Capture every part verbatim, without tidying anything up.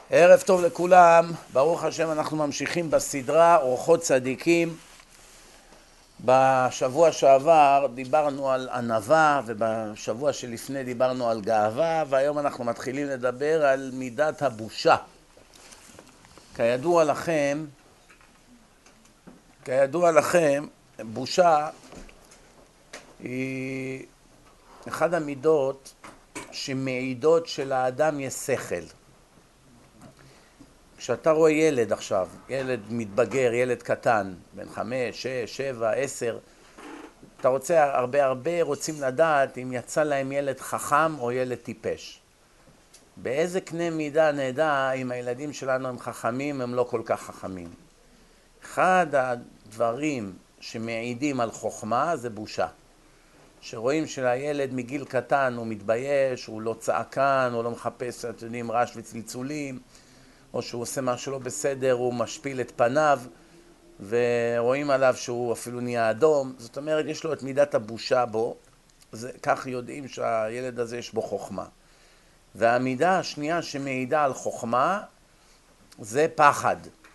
ערב טוב לכולם, ברוך השם אנחנו ממשיכים בסדרה אורחות צדיקים. בשבוע שעבר דיברנו על ענווה ובשבוע שלפני דיברנו על גאווה, והיום אנחנו מתחילים לדבר על מידת הבושה. כידוע לכם, כידוע לכם, בושה היא אחד המידות שמעידות שלאדם יש שכל. כשאתה רואה ילד עכשיו, ילד מתבגר, ילד קטן, בן חמש, שש, שבע, עשר, אתה רוצה, הרבה הרבה רוצים לדעת אם יצא להם ילד חכם או ילד טיפש. באיזה קנה מידה נדע אם הילדים שלנו הם חכמים, הם לא כל כך חכמים. אחד הדברים שמעידים על חוכמה זה בושה. שרואים שלילד מגיל קטן הוא מתבייש, הוא לא צעקן, הוא לא מחפש, אתם יודעים, רעש וצלצולים, או שהוא עושה משהו לא בסדר, הוא משפיל את פניו, ורואים עליו שהוא אפילו נהיה אדום. זאת אומרת, יש לו את מידת הבושה בו, זה, כך יודעים שהילד הזה יש בו חוכמה. והמידה השנייה שמעידה על חוכמה, זה פחד.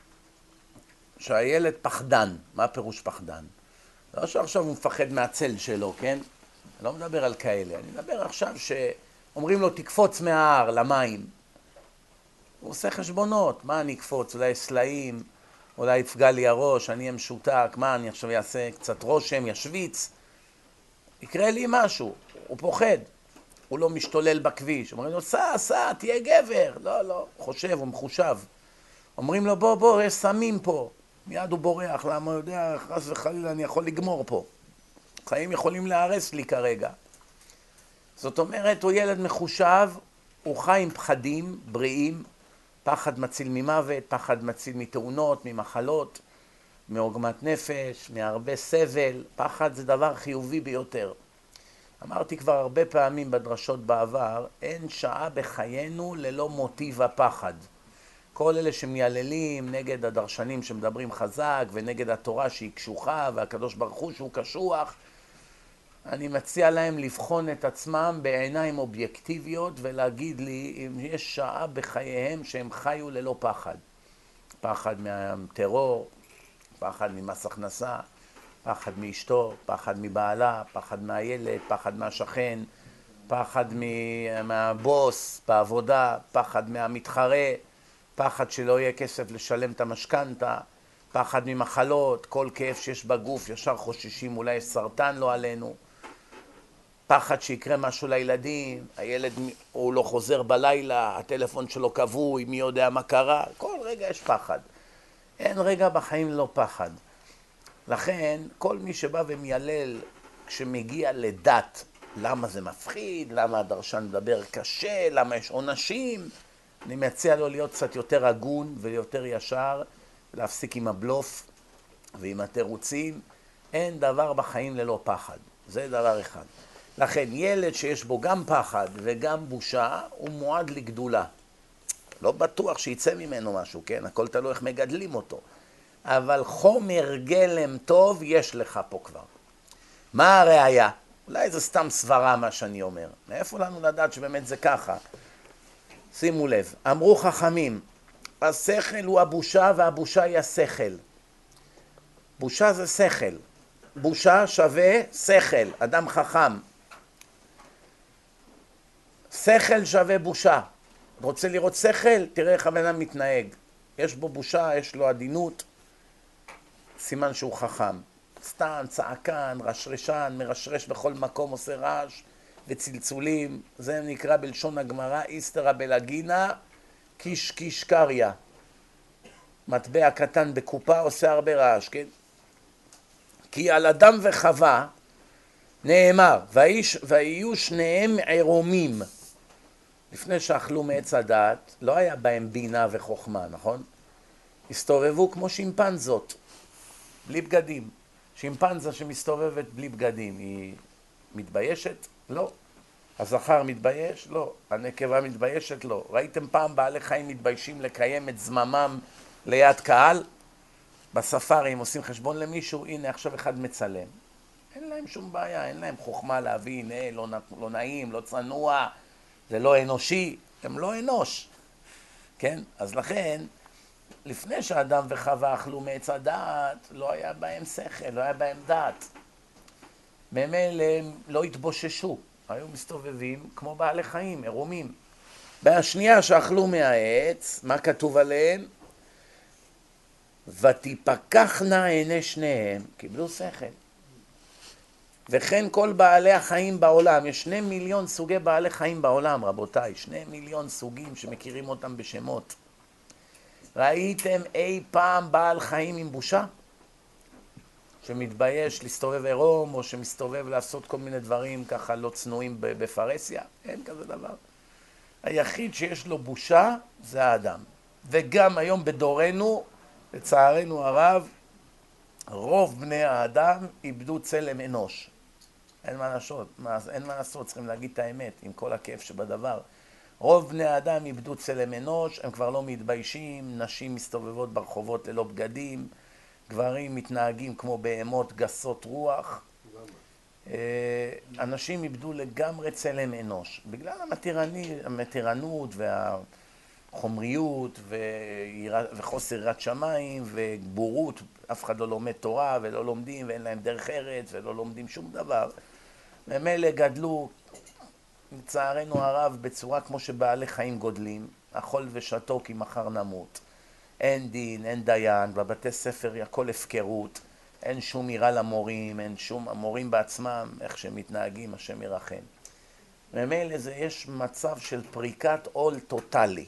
שהילד פחדן. מה פירוש פחדן? לא שעכשיו הוא מפחד מהצל שלו, כן? אני לא מדבר על כאלה. אני מדבר עכשיו שאומרים לו תקפוץ מההר למים. הוא עושה חשבונות, מה אני אקפוץ, אולי סלעים, אולי יפגע לי הראש, אני אהיה משותק, מה אני עכשיו אעשה קצת רושם, ישוויץ, יקרה לי משהו, הוא פוחד, הוא לא משתולל בכביש, אומרים לו סע, סע, תהיה גבר, לא, לא, חושב, הוא מחושב, אומרים לו בוא, בוא, יש סמים פה, מיד הוא בורח, למה הוא יודע, חס וחלילה אני יכול לגמור פה, חיים יכולים להרס לי כרגע. זאת אומרת, הוא ילד מחושב, הוא חי עם פחדים בריאים, פחד מציל ממוות, פחד מציל מתאונות, ממחלות, מעוגמת נפש, מהרבה סבל. פחד זה דבר חיובי ביותר. אמרתי כבר הרבה פעמים בדרשות בעבר, אין שעה בחיינו ללא מוטיב הפחד. כל אלה שמיייללים נגד הדרשנים שמדברים חזק ונגד התורה שהיא קשוחה והקדוש ברוך הוא שהוא קשוח, אני מציע להם לבחון את עצמם בעיניים אובייקטיביות ולהגיד לי אם יש שעה בחייהם שהם חיו ללא פחד. פחד מהטרור, פחד ממס הכנסה, פחד מאשתו, פחד מבעלה, פחד מהילד, פחד מהשכן, פחד מהבוס בעבודה, פחד מהמתחרה, פחד שלא יהיה כסף לשלם את המשכנתה, פחד ממחלות, כל כאב שיש בגוף ישר חוששים אולי סרטן לא עלינו, פחד שיקרה משהו לילדים, הילד הוא לא חוזר בלילה, הטלפון שלו כבוי, מי יודע מה קרה, כל רגע יש פחד. אין רגע בחיים לא פחד. לכן כל מי שבא ומיילל כשמגיע לדת, למה זה מפחיד, למה הדרשן מדבר קשה, למה יש עונשים, אני מציע לו להיות קצת יותר הגון ויותר ישר, להפסיק עם הבלוף ועם התירוצים. אין דבר בחיים ללא פחד, זה דבר אחד. לכן ילד שיש בו גם פחד וגם בושה, הוא מועד לגדולה. לא בטוח שיצא ממנו משהו, כן? הכל תלוי איך מגדלים אותו. אבל חומר גלם טוב יש לך פה כבר. מה הראיה? אולי זה סתם סברה מה שאני אומר. מאיפה לנו לדעת שבאמת זה ככה? שימו לב, אמרו חכמים, השכל הוא הבושה והבושה היא השכל. בושה זה שכל. בושה שווה שכל, אדם חכם. שכל שווה בושה. רוצה לראות שכל? תראה איך הבן אדם מתנהג. יש בו בושה, יש לו עדינות, סימן שהוא חכם. סתם, צעקן, רשרשן, מרשרש בכל מקום, עושה רעש וצלצולים. זה נקרא בלשון הגמרא, איסתרא בלגינה, קיש קיש קריא. מטבע קטן בקופה עושה הרבה רעש, כן? כי על אדם וחווה נאמר, ויהיו שניהם עירומים. לפני שאכלו מעץ הדעת, לא היה בהם בינה וחוכמה, נכון? הסתובבו כמו שימפנזות, בלי בגדים. שימפנזה שמסתובבת בלי בגדים, היא מתביישת? לא. הזכר מתבייש? לא. הנקבה מתביישת? לא. ראיתם פעם בעלי חיים מתביישים לקיים את זממם ליד קהל? בספארי הם עושים חשבון למישהו, הנה עכשיו אחד מצלם. אין להם שום בעיה, אין להם חוכמה להבין, אה, לא, לא נעים, לא צנוע, זה לא אנושי, הם לא אנוש. כן? אז לכן, לפני שאדם וחווה אכלו מעץ הדעת, לא היה בהם שכל, לא היה בהם דעת. ממילא הם לא התבוששו, היו מסתובבים כמו בעלי חיים, עירומים. בשנייה שאכלו מהעץ, מה כתוב עליהם? ותפקחנה עיני שניהם, קיבלו שכל. וכן כל בעלי החיים בעולם, יש שני מיליון סוגי בעלי חיים בעולם, רבותיי, שני מיליון סוגים שמכירים אותם בשמות. ראיתם אי פעם בעל חיים עם בושה? שמתבייש להסתובב עירום, או שמסתובב לעשות כל מיני דברים ככה לא צנועים בפרסיה? אין כזה דבר. היחיד שיש לו בושה זה האדם. וגם היום בדורנו, לצערנו הרב, רוב בני האדם איבדו צלם אנוש. אין מה לעשות, אין מה לעשות, צריכים להגיד את האמת, עם כל הכיף שבדבר. רוב בני האדם איבדו צלם אנוש, הם כבר לא מתביישים, נשים מסתובבות ברחובות ללא בגדים, גברים מתנהגים כמו בהמות גסות רוח. אנשים איבדו לגמרי צלם אנוש, בגלל המתירנות והחומריות וחוסר יראת שמיים ובורות. אף אחד לא לומד תורה ולא לומדים ואין להם דרך ארץ ולא לומדים שום דבר. ממילא גדלו, לצערנו הרב, בצורה כמו שבעלי חיים גודלים, אכול ושתו כי מחר נמות. אין דין, אין דיין, בבתי ספר הכל הפקרות, אין שום יראה למורים, אין שום, המורים בעצמם, איך שהם מתנהגים, השם ירחם. ממילא זה יש מצב של פריקת עול טוטלי.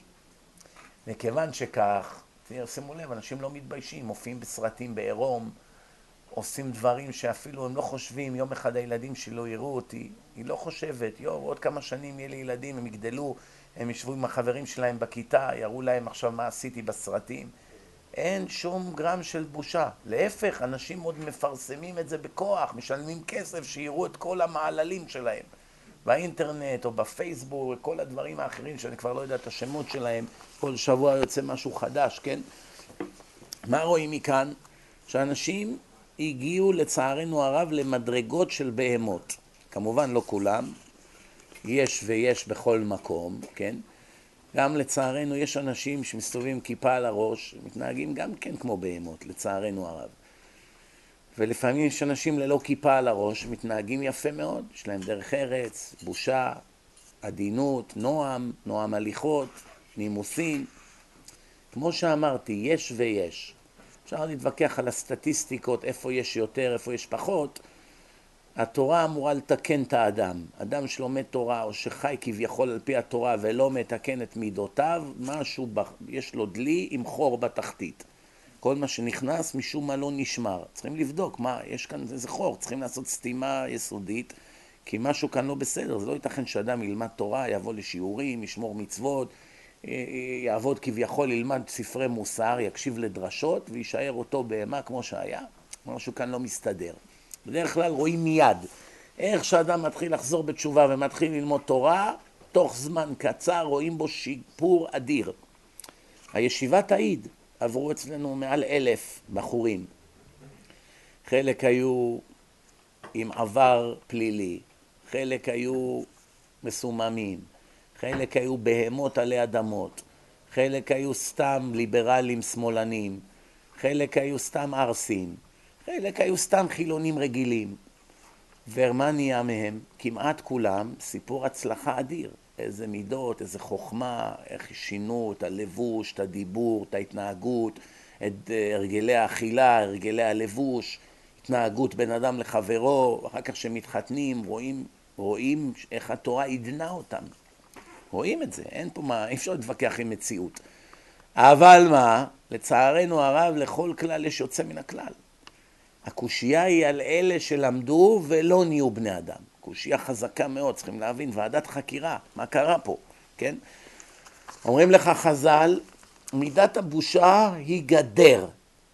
מכיוון שכך, שימו לב, אנשים לא מתביישים, מופיעים בסרטים בעירום, עושים דברים שאפילו הם לא חושבים, יום אחד הילדים שלו יראו אותי, היא לא חושבת, יו, עוד כמה שנים יהיה לי ילדים, הם יגדלו, הם ישבו עם החברים שלהם בכיתה, יראו להם עכשיו מה עשיתי בסרטים. אין שום גרם של בושה. להפך, אנשים עוד מפרסמים את זה בכוח, משלמים כסף שיראו את כל המעללים שלהם. באינטרנט או בפייסבוק, כל הדברים האחרים שאני כבר לא יודע את השמות שלהם, כל שבוע יוצא משהו חדש, כן? מה רואים מכאן? שאנשים הגיעו לצערנו הרב למדרגות של בהמות. כמובן לא כולם, יש ויש בכל מקום, כן? גם לצערנו יש אנשים שמסתובבים כיפה על הראש, מתנהגים גם כן כמו בהמות, לצערנו הרב. ולפעמים יש אנשים ללא כיפה על הראש, מתנהגים יפה מאוד, יש להם דרך ארץ, בושה, עדינות, נועם, נועם הליכות, נימוסים. כמו שאמרתי, יש ויש. אפשר להתווכח על הסטטיסטיקות, איפה יש יותר, איפה יש פחות. התורה אמורה לתקן את האדם. אדם שלומד תורה או שחי כביכול על פי התורה ולא מתקן את מידותיו, משהו, יש לו דלי עם חור בתחתית. כל מה שנכנס משום מה לא נשמר. צריכים לבדוק מה, יש כאן איזה חור, צריכים לעשות סתימה יסודית, כי משהו כאן לא בסדר. זה לא ייתכן שאדם ילמד תורה, יבוא לשיעורים, ישמור מצוות, יעבוד כביכול, ילמד ספרי מוסר, יקשיב לדרשות וישאר אותו בהמה כמו שהיה. משהו כאן לא מסתדר. בדרך כלל רואים מיד. איך שאדם מתחיל לחזור בתשובה ומתחיל ללמוד תורה, תוך זמן קצר רואים בו שיפור אדיר. הישיבת העיד, עברו אצלנו מעל אלף בחורים. חלק היו עם עבר פלילי, חלק היו מסוממים, חלק היו בהמות עלי אדמות, חלק היו סתם ליברלים שמאלנים, חלק היו סתם ארסים, חלק היו סתם חילונים רגילים. ומה נהיה מהם? כמעט כולם סיפור הצלחה אדיר. איזה מידות, איזה חוכמה, איך שינו את הלבוש, את הדיבור, את ההתנהגות, את הרגלי האכילה, הרגלי הלבוש, התנהגות בין אדם לחברו, אחר כך שמתחתנים, רואים, רואים איך התורה עדנה אותם. רואים את זה, אין פה מה, אי אפשר להתווכח עם מציאות. אבל מה? לצערנו הרב, לכל כלל יש יוצא מן הכלל. הקושייה היא על אלה שלמדו ולא נהיו בני אדם. קושייה חזקה מאוד, צריכים להבין, ועדת חקירה, מה קרה פה, כן? אומרים לך חז"ל, מידת הבושה היא גדר.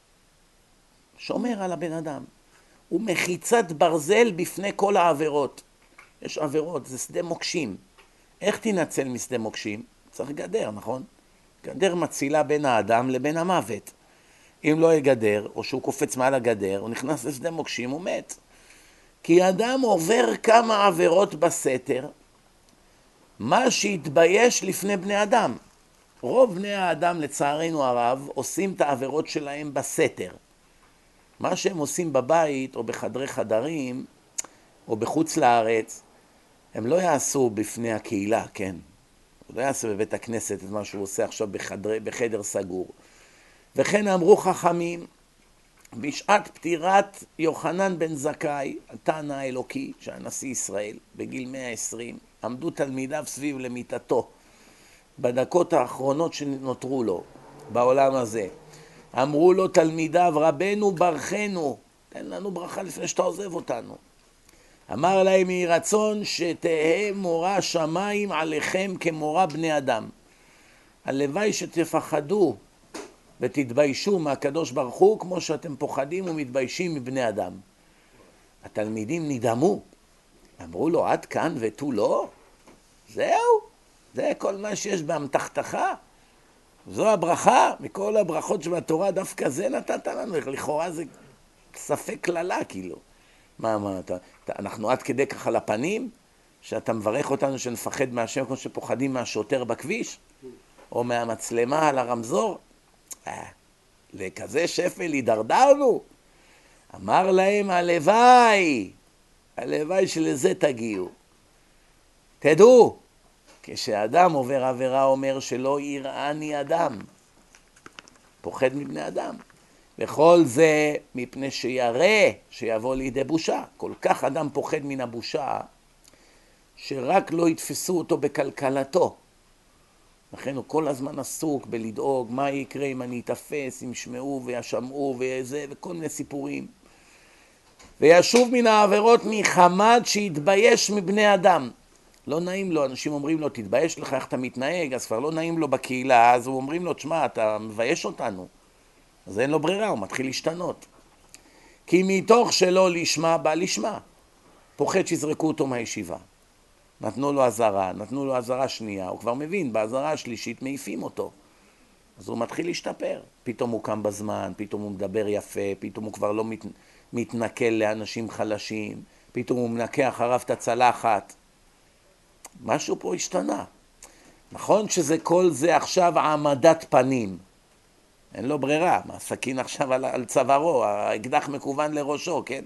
שומר על הבן אדם. הוא מחיצת ברזל בפני כל העבירות. יש עבירות, זה שדה מוקשים. איך תנצל משדה מוקשים? צריך גדר, נכון? גדר מצילה בין האדם לבין המוות. אם לא יגדר, או שהוא קופץ מעל הגדר, הוא נכנס לשדה מוקשים, הוא מת. כי אדם עובר כמה עבירות בסתר, מה שהתבייש לפני בני אדם. רוב בני האדם לצערנו הרב עושים את העבירות שלהם בסתר. מה שהם עושים בבית או בחדרי חדרים או בחוץ לארץ, הם לא יעשו בפני הקהילה, כן? הוא לא יעשה בבית הכנסת את מה שהוא עושה עכשיו בחדר, בחדר סגור. וכן אמרו חכמים, בשעת פטירת יוחנן בן זכאי, התנא האלוקי, שהיה נשיא ישראל, בגיל מאה ועשרים, עמדו תלמידיו סביב למיטתו, בדקות האחרונות שנותרו לו, בעולם הזה. אמרו לו תלמידיו, רבנו ברכנו, תן לנו ברכה לפני שאתה עוזב אותנו. אמר להם, יהי רצון שתהא מורא שמיים עליכם כמורא בני אדם. הלוואי שתפחדו ותתביישו מהקדוש ברוך הוא כמו שאתם פוחדים ומתביישים מבני אדם. התלמידים נדהמו, אמרו לו, עד כאן ותו לא? זהו, זה כל מה שיש באמתחתך. זו הברכה, מכל הברכות שבתורה דווקא זה נתת לנו, לכאורה זה ספק כללה כאילו. מה, מה, אתה, אתה, אנחנו עד כדי ככה לפנים, שאתה מברך אותנו שנפחד מהשם כמו שפוחדים מהשוטר בכביש, או מהמצלמה על הרמזור. אה, לכזה שפל הידרדרנו. אמר להם, הלוואי, הלוואי שלזה תגיעו. תדעו, כשאדם עובר עבירה אומר שלא יראני אדם, פוחד מבני אדם. וכל זה מפני שירא שיבוא לידי בושה. כל כך אדם פוחד מן הבושה, שרק לא יתפסו אותו בקלקלתו. לכן הוא כל הזמן עסוק בלדאוג מה יקרה אם אני אתפס, אם ישמעו וישמעו וזה, וכל מיני סיפורים. וישוב מן העבירות מחמד שיתבייש מבני אדם. לא נעים לו, אנשים אומרים לו, תתבייש לך איך אתה מתנהג, אז כבר לא נעים לו בקהילה, אז הוא אומרים לו, תשמע, אתה מבייש אותנו. אז אין לו ברירה, הוא מתחיל להשתנות. כי מתוך שלא לשמה בא לשמה. פוחד שיזרקו אותו מהישיבה. נתנו לו עזרה, נתנו לו עזרה שנייה, הוא כבר מבין, בעזרה השלישית מעיפים אותו. אז הוא מתחיל להשתפר. פתאום הוא קם בזמן, פתאום הוא מדבר יפה, פתאום הוא כבר לא מת, מתנקל לאנשים חלשים, פתאום הוא מנקה אחריו את הצלחת. משהו פה השתנה. נכון שזה כל זה עכשיו העמדת פנים. אין לו ברירה, הסכין עכשיו על, על צווארו, האקדח מכוון לראשו, כן?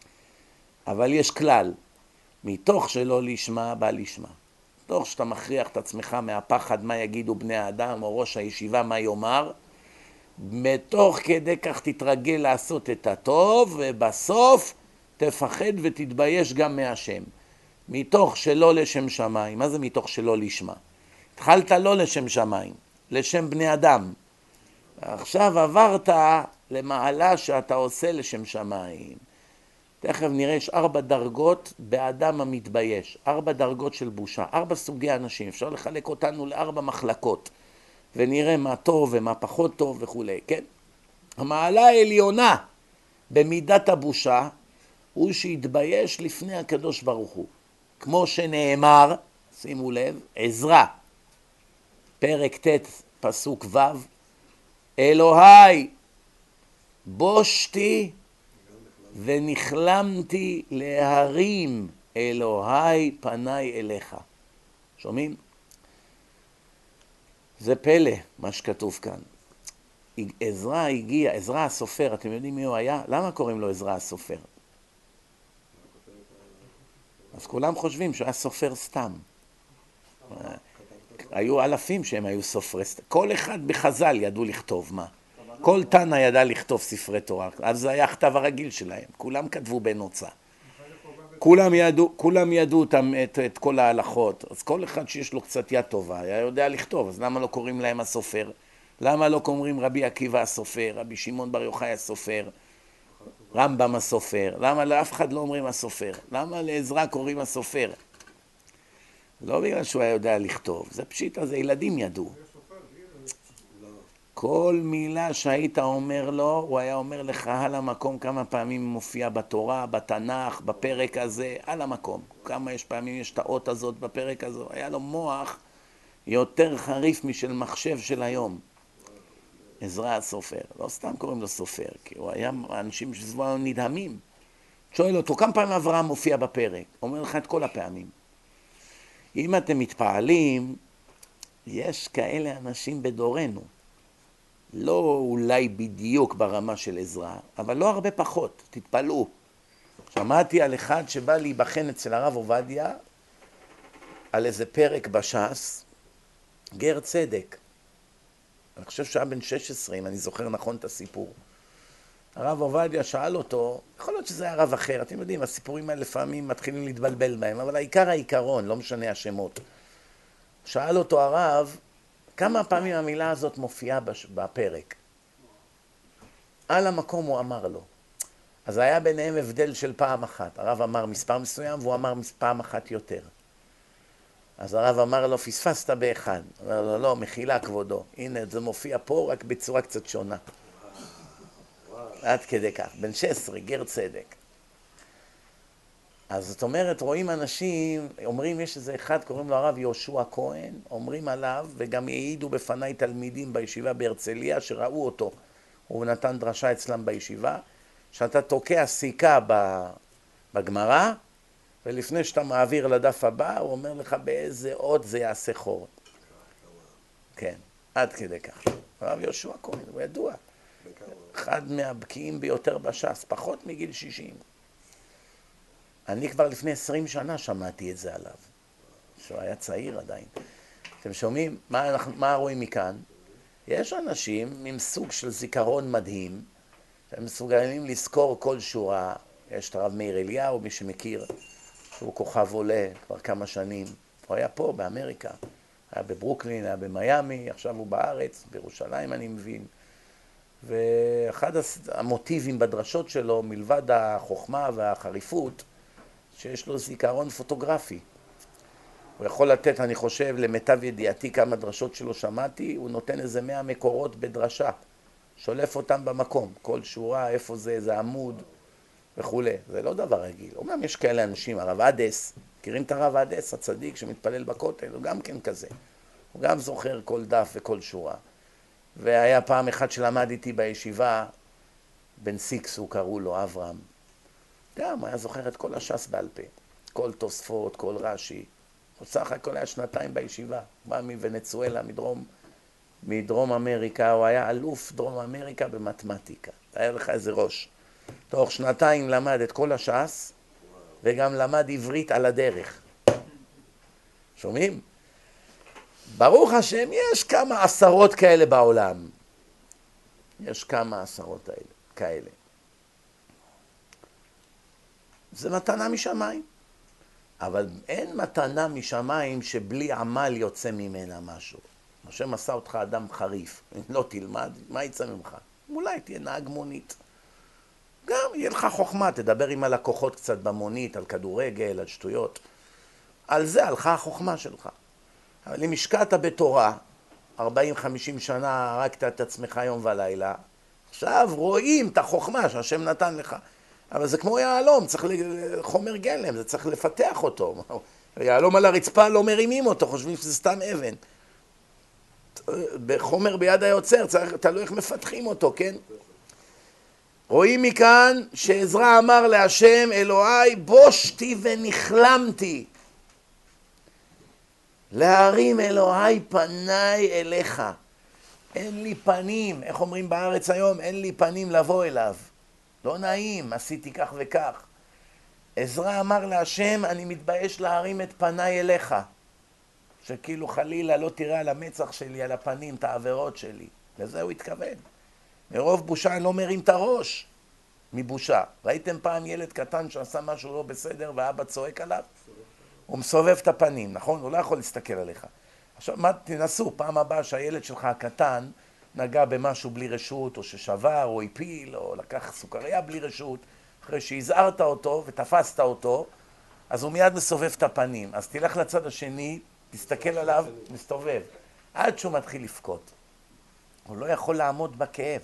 אבל יש כלל, מתוך שלא לשמה בא לשמה. מתוך שאתה מכריח את עצמך מהפחד מה יגידו בני האדם או ראש הישיבה מה יאמר, מתוך כדי כך תתרגל לעשות את הטוב, ובסוף תפחד ותתבייש גם מהשם. מתוך שלא לשם שמיים. מה זה מתוך שלא לשמה? התחלת לא לשם שמיים, לשם בני אדם. עכשיו עברת למעלה שאתה עושה לשם שמיים. תכף נראה, יש ארבע דרגות באדם המתבייש, ארבע דרגות של בושה, ארבע סוגי אנשים, אפשר לחלק אותנו לארבע מחלקות, ונראה מה טוב ומה פחות טוב וכו', כן? המעלה העליונה במידת הבושה, הוא שהתבייש לפני הקדוש ברוך הוא. כמו שנאמר, שימו לב, עזרא, פרק ט' פסוק ו', אלוהי, בושתי ונכלמתי להרים, אלוהי פניי אליך. שומעים? זה פלא מה שכתוב כאן. עזרא הגיע, עזרא הסופר, אתם יודעים מי הוא היה? למה קוראים לו עזרא הסופר? אז כולם חושבים שהוא היה סופר סתם. היו אלפים שהם היו סופרי סתם. כל אחד בחז"ל ידעו לכתוב מה. כל תנא ידע לכתוב ספרי תורה. אז זה היה הכתב הרגיל שלהם. כולם כתבו בנוצה. כולם ידעו, כולם ידעו אותם, את, את כל ההלכות. אז כל אחד שיש לו קצת יד טובה היה יודע לכתוב. אז למה לא קוראים להם הסופר? למה לא קוראים רבי עקיבא הסופר, רבי שמעון בר יוחאי הסופר, רמב"ם הסופר? למה לאף אחד לא אומרים הסופר? למה לעזרא קוראים הסופר? לא בגלל שהוא היה יודע לכתוב, זה פשיטה, זה ילדים ידעו. כל מילה שהיית אומר לו, הוא היה אומר לך על המקום כמה פעמים מופיע בתורה, בתנ"ך, בפרק הזה, על המקום. כמה יש פעמים יש את האות הזאת בפרק הזה. היה לו מוח יותר חריף משל מחשב של היום. עזרא הסופר. לא סתם קוראים לו סופר, כי הוא היה אנשים שסבו נדהמים. שואל אותו, כמה פעמים אברהם מופיע בפרק? אומר לך את כל הפעמים. אם אתם מתפעלים, יש כאלה אנשים בדורנו. לא אולי בדיוק ברמה של עזרא, אבל לא הרבה פחות, תתפלאו. שמעתי על אחד שבא להיבחן אצל הרב עובדיה, על איזה פרק בש"ס, גר צדק. אני חושב שהיה בן שש עשרה, אם אני זוכר נכון את הסיפור. הרב עובדיה שאל אותו, יכול להיות שזה היה רב אחר, אתם יודעים, הסיפורים האלה לפעמים מתחילים להתבלבל בהם, אבל העיקר העיקרון, לא משנה השמות. שאל אותו הרב, כמה פעמים המילה הזאת מופיעה בפרק? על המקום הוא אמר לו. אז היה ביניהם הבדל של פעם אחת. הרב אמר מספר מסוים והוא אמר פעם אחת יותר. אז הרב אמר לו, פספסת באחד. הוא אמר לו, לא, מחילה כבודו. הנה, זה מופיע פה רק בצורה קצת שונה. עד כדי כך. בן שש עשרה, גר צדק. אז זאת אומרת, רואים אנשים, אומרים, יש איזה אחד, קוראים לו הרב יהושע כהן, אומרים עליו, וגם העידו בפניי תלמידים בישיבה בהרצליה, שראו אותו. הוא נתן דרשה אצלם בישיבה, שאתה תוקע סיכה בגמרא, ולפני שאתה מעביר לדף הבא, הוא אומר לך באיזה עוד זה יעשה חור. כן, עד כדי כך. הרב יהושע כהן, הוא ידוע. אחד מהבקיאים ביותר בש"ס, פחות מגיל שישים. אני כבר לפני עשרים שנה שמעתי את זה עליו, שהוא היה צעיר עדיין. אתם שומעים? מה, אנחנו, מה רואים מכאן? יש אנשים עם סוג של זיכרון מדהים, שהם מסוגלים לזכור כל שורה. יש את הרב מאיר אליהו, מי שמכיר, שהוא כוכב עולה כבר כמה שנים. הוא היה פה, באמריקה. היה בברוקלין, היה במיימי, עכשיו הוא בארץ, בירושלים אני מבין. ואחד המוטיבים בדרשות שלו, מלבד החוכמה והחריפות, שיש לו זיכרון פוטוגרפי. הוא יכול לתת, אני חושב, למיטב ידיעתי כמה דרשות שלו שמעתי, הוא נותן איזה מאה מקורות בדרשה. שולף אותם במקום, כל שורה, איפה זה, איזה עמוד וכו'. זה לא דבר רגיל. אומנם יש כאלה אנשים, הרב אדס, מכירים את הרב אדס, הצדיק שמתפלל בכותל, הוא גם כן כזה. הוא גם זוכר כל דף וכל שורה. והיה פעם אחד שלמד איתי בישיבה, בן סיקסו קראו לו, אברהם. גם היה זוכר את כל הש"ס בעל פה. כל תוספות, כל רש"י. הוא סך הכל היה שנתיים בישיבה. בא מוונצואלה, מדרום, מדרום אמריקה. הוא היה אלוף דרום אמריקה במתמטיקה. היה לך איזה ראש. תוך שנתיים למד את כל הש"ס, וגם למד עברית על הדרך. שומעים? ברוך השם, יש כמה עשרות כאלה בעולם. יש כמה עשרות האלה, כאלה. זה מתנה משמיים. אבל אין מתנה משמיים שבלי עמל יוצא ממנה משהו. השם עשה אותך אדם חריף. אם לא תלמד, מה יצא ממך? אולי תהיה נהג מונית. גם יהיה לך חוכמה, תדבר עם הלקוחות קצת במונית, על כדורגל, על שטויות. על זה הלכה החוכמה שלך. אבל אם השקעת בתורה, ארבעים חמישים שנה הרגת את עצמך יום ולילה, עכשיו רואים את החוכמה שהשם נתן לך. אבל זה כמו יעלום, צריך חומר גלם, זה צריך לפתח אותו. יעלום על הרצפה לא מרימים אותו, חושבים שזה סתם אבן. בחומר ביד היוצר, צריך, תלוי איך מפתחים אותו, כן? רואים מכאן שעזרא אמר להשם, אלוהי בושתי ונכלמתי. להרים אלוהי פניי אליך. אין לי פנים, איך אומרים בארץ היום? אין לי פנים לבוא אליו. לא נעים, עשיתי כך וכך. עזרא אמר להשם, אני מתבייש להרים את פניי אליך. שכאילו חלילה לא תראה על המצח שלי, על הפנים, את העבירות שלי. לזה הוא התכוון. מרוב בושה אני לא מרים את הראש. מבושה. ראיתם פעם ילד קטן שעשה משהו לא בסדר ואבא צועק עליו? הוא מסובב את הפנים, נכון? הוא לא יכול להסתכל עליך. עכשיו, מה, תנסו, פעם הבאה שהילד שלך הקטן נגע במשהו בלי רשות, או ששבר, או הפיל, או לקח סוכריה בלי רשות, אחרי שהזהרת אותו ותפסת אותו, אז הוא מיד מסובב את הפנים. אז תלך לצד השני, תסתכל עליו, מסתובב. עד שהוא מתחיל לבכות. הוא לא יכול לעמוד בכאב.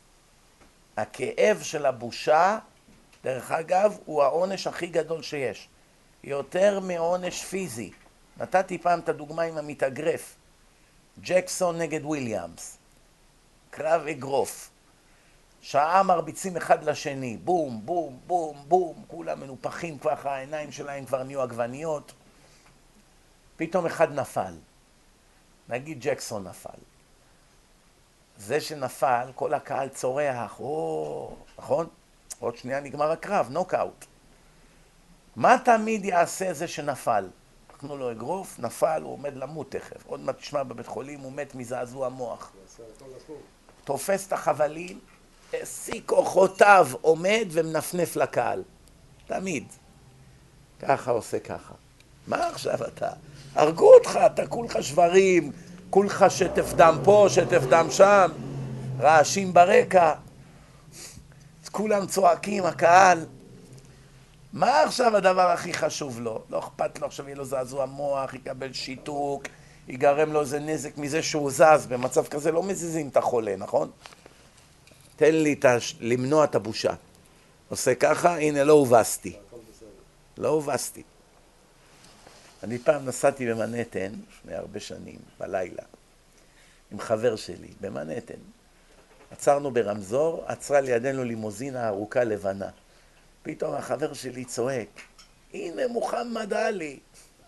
הכאב של הבושה, דרך אגב, הוא העונש הכי גדול שיש. יותר מעונש פיזי. נתתי פעם את הדוגמה עם המתאגרף. ג'קסון נגד וויליאמס. קרב אגרוף. שעה מרביצים אחד לשני. בום, בום, בום, בום. כולם מנופחים ככה, העיניים שלהם כבר נהיו עגבניות. פתאום אחד נפל. נגיד ג'קסון נפל. זה שנפל, כל הקהל צורח, או, נכון? עוד שנייה נגמר הקרב, נוקאוט. מה תמיד יעשה זה שנפל? אנחנו לו אגרוף, נפל, הוא עומד למות תכף. עוד מעט תשמע בבית חולים, הוא מת מזעזוע מוח. תופס את החבלים, השיא כוחותיו, עומד ומנפנף לקהל. תמיד. ככה עושה ככה. מה עכשיו אתה? הרגו אותך, אתה כולך שברים, כולך שטף דם פה, שטף דם שם, רעשים ברקע. כולם צועקים, הקהל. מה עכשיו הדבר הכי חשוב לו? לא אכפת לו, עכשיו יהיה לו זעזוע מוח, יקבל שיתוק, ייגרם לו איזה נזק מזה שהוא זז. במצב כזה לא מזיזים את החולה, נכון? תן לי תש... למנוע את הבושה. עושה ככה, הנה לא הובסתי. לא הובסתי. אני פעם נסעתי במנהטן, לפני הרבה שנים, בלילה, עם חבר שלי, במנהטן. עצרנו ברמזור, עצרה לידינו לימוזינה ארוכה לבנה. פתאום החבר שלי צועק, הנה מוחמד עלי.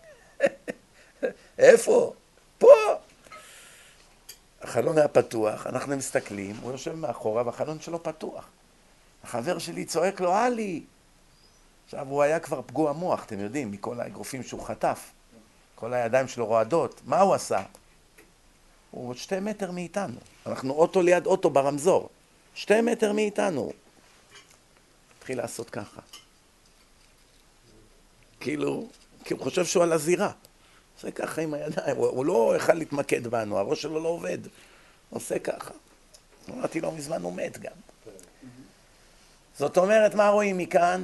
איפה? פה. החלון היה פתוח, אנחנו מסתכלים, הוא יושב מאחורה והחלון שלו פתוח. החבר שלי צועק לו, עלי. עכשיו הוא היה כבר פגוע מוח, אתם יודעים, מכל האגרופים שהוא חטף. כל הידיים שלו רועדות. מה הוא עשה? הוא עוד שתי מטר מאיתנו. אנחנו אוטו ליד אוטו ברמזור. שתי מטר מאיתנו. התחיל לעשות ככה. כאילו, כי הוא חושב שהוא על הזירה. עושה ככה עם הידיים. הוא, הוא לא יכול להתמקד בנו, הראש שלו לא עובד. עושה ככה. אמרתי לו, מזמן הוא מת גם. זאת אומרת, מה רואים מכאן?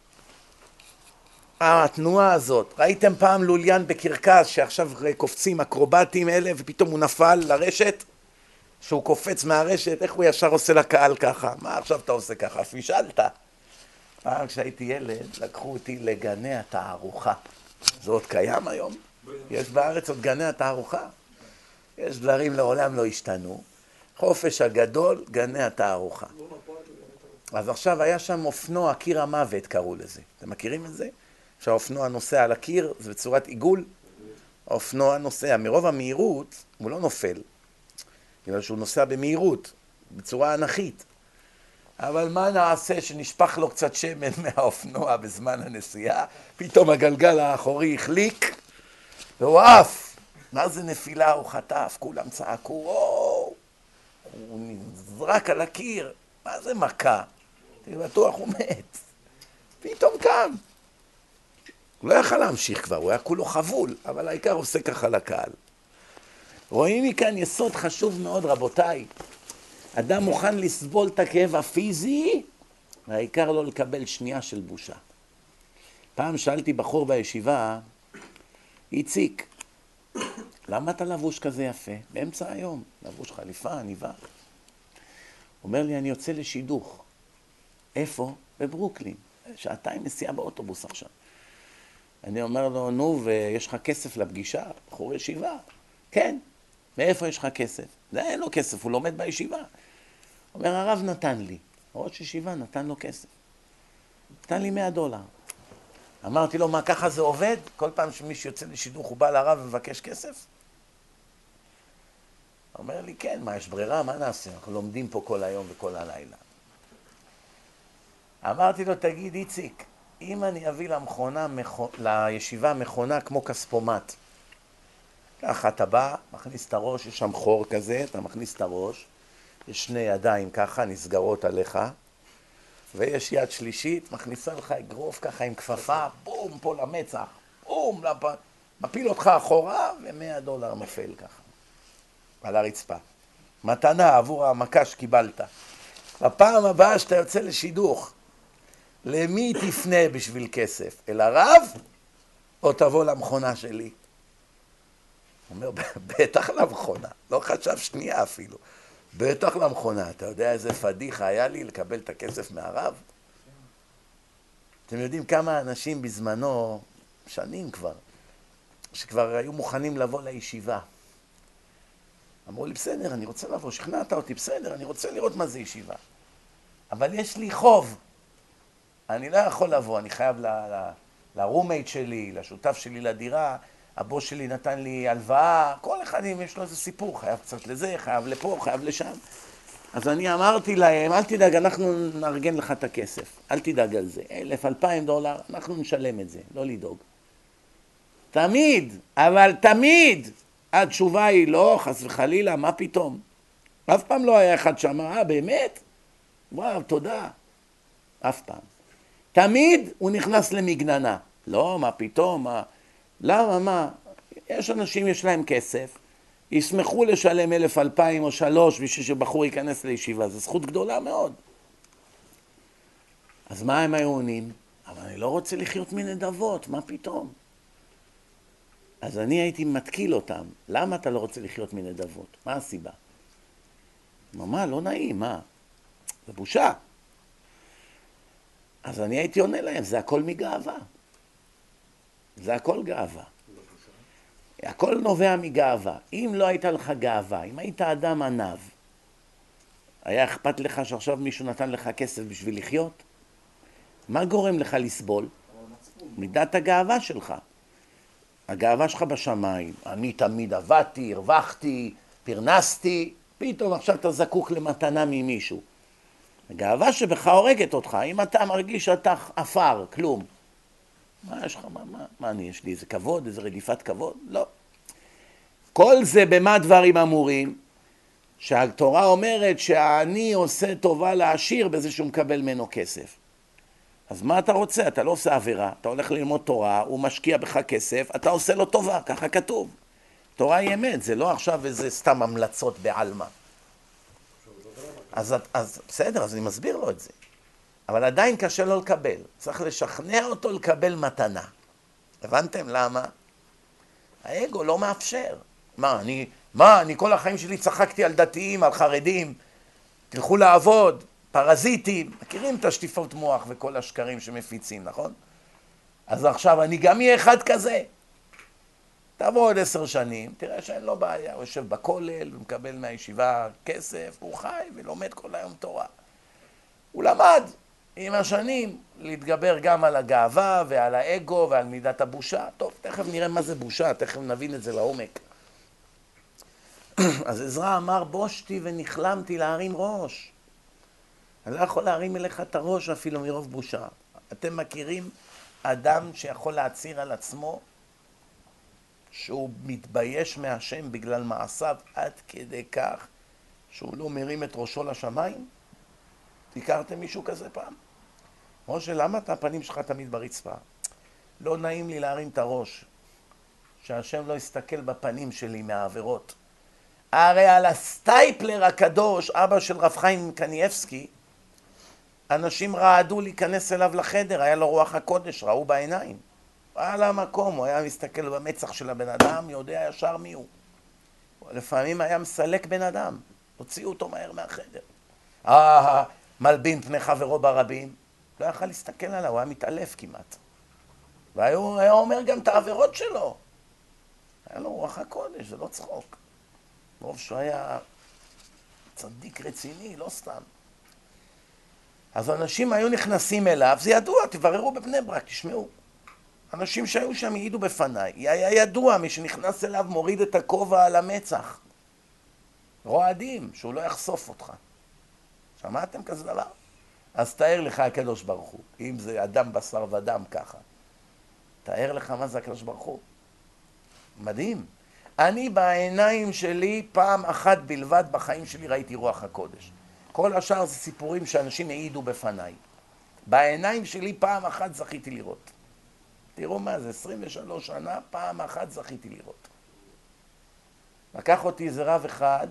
התנועה הזאת. ראיתם פעם לוליין בקרקס שעכשיו קופצים אקרובטים אלה ופתאום הוא נפל לרשת? שהוא קופץ מהרשת, איך הוא ישר עושה לקהל ככה? מה עכשיו אתה עושה ככה? פישלת. פעם כשהייתי ילד, לקחו אותי לגני התערוכה. זה עוד קיים היום? יש בארץ עוד גני התערוכה? יש דברים לעולם לא השתנו. חופש הגדול, גני התערוכה. אז עכשיו היה שם אופנוע, קיר המוות קראו לזה. אתם מכירים את זה? שהאופנוע נוסע על הקיר, זה בצורת עיגול. האופנוע נוסע, מרוב המהירות, הוא לא נופל. בגלל שהוא נוסע במהירות, בצורה אנכית. אבל מה נעשה שנשפך לו קצת שמן מהאופנוע בזמן הנסיעה? פתאום הגלגל האחורי החליק, והוא עף. מה זה נפילה? הוא חטף, כולם צעקו, וואו! הוא נזרק על הקיר. מה זה מכה? תראי, בטוח הוא מת. פתאום קם. הוא לא יכל להמשיך כבר, הוא היה כולו חבול, אבל העיקר עושה ככה לקהל. רואים מכאן יסוד חשוב מאוד, רבותיי. אדם מוכן לסבול את הכאב הפיזי, והעיקר לא לקבל שנייה של בושה. פעם שאלתי בחור בישיבה, איציק, למה אתה לבוש כזה יפה? באמצע היום, לבוש חליפה, עניבה. אומר לי, אני יוצא לשידוך. איפה? בברוקלין. שעתיים נסיעה באוטובוס עכשיו. אני אומר לו, נו, ויש לך כסף לפגישה? בחור ישיבה. כן. מאיפה יש לך כסף? זה אין לו כסף, הוא לומד בישיבה. אומר, הרב נתן לי. ראש ישיבה נתן לו כסף. נתן לי מאה דולר. אמרתי לו, מה, ככה זה עובד? כל פעם שמישהו יוצא לשידוך, הוא בא לרב ומבקש כסף? אומר לי, כן, מה, יש ברירה? מה נעשה? אנחנו לומדים פה כל היום וכל הלילה. אמרתי לו, תגיד, איציק, אם אני אביא למכונה, לישיבה מכונה כמו כספומט, ככה אתה בא, מכניס את הראש, יש שם חור כזה, אתה מכניס את הראש, יש שני ידיים ככה, נסגרות עליך, ויש יד שלישית, מכניסה לך אגרוף ככה עם כפפה, בום, פה למצח, בום, לפ... מפיל אותך אחורה, ומאה דולר נופל ככה, על הרצפה. מתנה עבור המכה שקיבלת. בפעם הבאה שאתה יוצא לשידוך, למי תפנה בשביל כסף? אל הרב? או תבוא למכונה שלי? הוא אומר, בטח למכונה, לא חשב שנייה אפילו. בטח למכונה, אתה יודע איזה פדיחה היה לי לקבל את הכסף מהרב? אתם יודעים כמה אנשים בזמנו, שנים כבר, שכבר היו מוכנים לבוא לישיבה. אמרו לי, בסדר, אני רוצה לבוא, שכנעת אותי, בסדר, אני רוצה לראות מה זה ישיבה. אבל יש לי חוב. אני לא יכול לבוא, אני חייב ל- ל- לרומייט שלי, לשותף שלי לדירה, הבוס שלי נתן לי הלוואה, כל אחד יש לו איזה סיפור, חייב קצת לזה, חייב לפה, חייב לשם. אז אני אמרתי להם, אל תדאג, אנחנו נארגן לך את הכסף, אל תדאג על זה. אלף, אלפיים דולר, אנחנו נשלם את זה, לא לדאוג. תמיד, אבל תמיד, התשובה היא לא, חס וחלילה, מה פתאום? אף פעם לא היה אחד שאמר, אה, באמת? וואו, תודה. אף פעם. תמיד הוא נכנס למגננה. לא, מה פתאום, מה? למה, מה? יש אנשים, יש להם כסף, ישמחו לשלם אלף, אלפיים או שלוש בשביל שבחור ייכנס לישיבה. זו זכות גדולה מאוד. אז מה הם היו עונים? אבל אני לא רוצה לחיות מנדבות, מה פתאום? אז אני הייתי מתקיל אותם. למה אתה לא רוצה לחיות מנדבות? מה הסיבה? מה, לא נעים, מה? זה בושה. אז אני הייתי עונה להם, זה הכל מגאווה. זה הכל גאווה. הכל נובע מגאווה. אם לא הייתה לך גאווה, אם היית אדם ענב, היה אכפת לך שעכשיו מישהו נתן לך כסף בשביל לחיות? מה גורם לך לסבול? מידת הגאווה שלך. הגאווה שלך בשמיים. אני תמיד עבדתי, הרווחתי, פרנסתי, פתאום עכשיו אתה זקוק למתנה ממישהו. הגאווה שבך הורגת אותך. אם אתה מרגיש שאתה אפר, כלום. מה יש לך? מה, מה, מה אני, יש לי איזה כבוד, איזה רדיפת כבוד? לא. כל זה במה דברים אמורים, שהתורה אומרת שאני עושה טובה לעשיר בזה שהוא מקבל ממנו כסף. אז מה אתה רוצה? אתה לא עושה עבירה, אתה הולך ללמוד תורה, הוא משקיע בך כסף, אתה עושה לו טובה, ככה כתוב. תורה היא אמת, זה לא עכשיו איזה סתם המלצות בעלמא. אז, אז בסדר, אז אני מסביר לו את זה. אבל עדיין קשה לו לקבל. צריך לשכנע אותו לקבל מתנה. הבנתם למה? האגו לא מאפשר. מה, אני, מה, אני כל החיים שלי צחקתי על דתיים, על חרדים. תלכו לעבוד, פרזיטים. מכירים את השטיפות מוח וכל השקרים שמפיצים, נכון? אז עכשיו אני גם אהיה אחד כזה. תבוא עוד עשר שנים, תראה שאין לו בעיה. הוא יושב בכולל ומקבל מהישיבה כסף, הוא חי ולומד כל היום תורה. הוא למד עם השנים להתגבר גם על הגאווה ועל האגו ועל מידת הבושה. טוב, תכף נראה מה זה בושה, תכף נבין את זה לעומק. אז עזרא אמר, בושתי ונכלמתי להרים ראש. אני לא יכול להרים אליך את הראש אפילו מרוב בושה. אתם מכירים אדם שיכול להצהיר על עצמו שהוא מתבייש מהשם בגלל מעשיו עד כדי כך שהוא לא מרים את ראשו לשמיים? הכרתם מישהו כזה פעם? משה, למה את הפנים שלך תמיד ברצפה? לא נעים לי להרים את הראש, שהשם לא יסתכל בפנים שלי מהעבירות. הרי על הסטייפלר הקדוש, אבא של רב חיים קניאבסקי, אנשים רעדו להיכנס אליו לחדר, היה לו רוח הקודש, ראו בעיניים. על המקום, הוא היה מסתכל במצח של הבן אדם, יודע ישר מי הוא. לפעמים היה מסלק בן אדם, הוציאו אותו מהר מהחדר. אה, מלבין פני חברו ברבים, לא יכל להסתכל עליו, הוא היה מתעלף כמעט. והוא היה אומר גם את העבירות שלו. היה לו רוח הקודש, זה לא צחוק. רוב שהוא היה צדיק רציני, לא סתם. אז אנשים היו נכנסים אליו, זה ידוע, תבררו בבני ברק, תשמעו. אנשים שהיו שם העידו בפניי, היה ידוע, מי שנכנס אליו מוריד את הכובע על המצח. רועדים, שהוא לא יחשוף אותך. שמעתם כזה דבר? אז תאר לך הקדוש ברוך הוא, אם זה אדם בשר ודם ככה. תאר לך מה זה הקדוש ברוך הוא. מדהים. אני בעיניים שלי פעם אחת בלבד בחיים שלי ראיתי רוח הקודש. כל השאר זה סיפורים שאנשים העידו בפניי. בעיניים שלי פעם אחת זכיתי לראות. תראו מה זה, עשרים ושלוש שנה, פעם אחת זכיתי לראות. לקח אותי איזה רב אחד,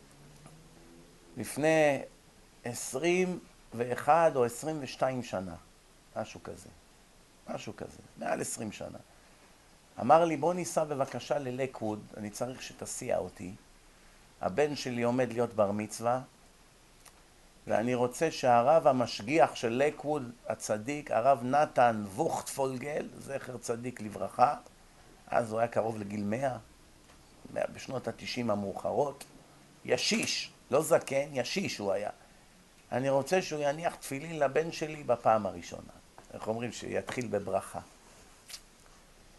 לפני עשרים ואחת או עשרים ושתיים שנה, משהו כזה, משהו כזה, מעל עשרים שנה. אמר לי, בוא ניסע בבקשה ללקווד, אני צריך שתסיע אותי. הבן שלי עומד להיות בר מצווה, ואני רוצה שהרב המשגיח של לקווד, הצדיק, הרב נתן ווכטפולגל, זכר צדיק לברכה, אז הוא היה קרוב לגיל מאה, בשנות התשעים המאוחרות, ישיש, לא זקן, ישיש הוא היה. אני רוצה שהוא יניח תפילין לבן שלי בפעם הראשונה. איך אומרים? שיתחיל בברכה.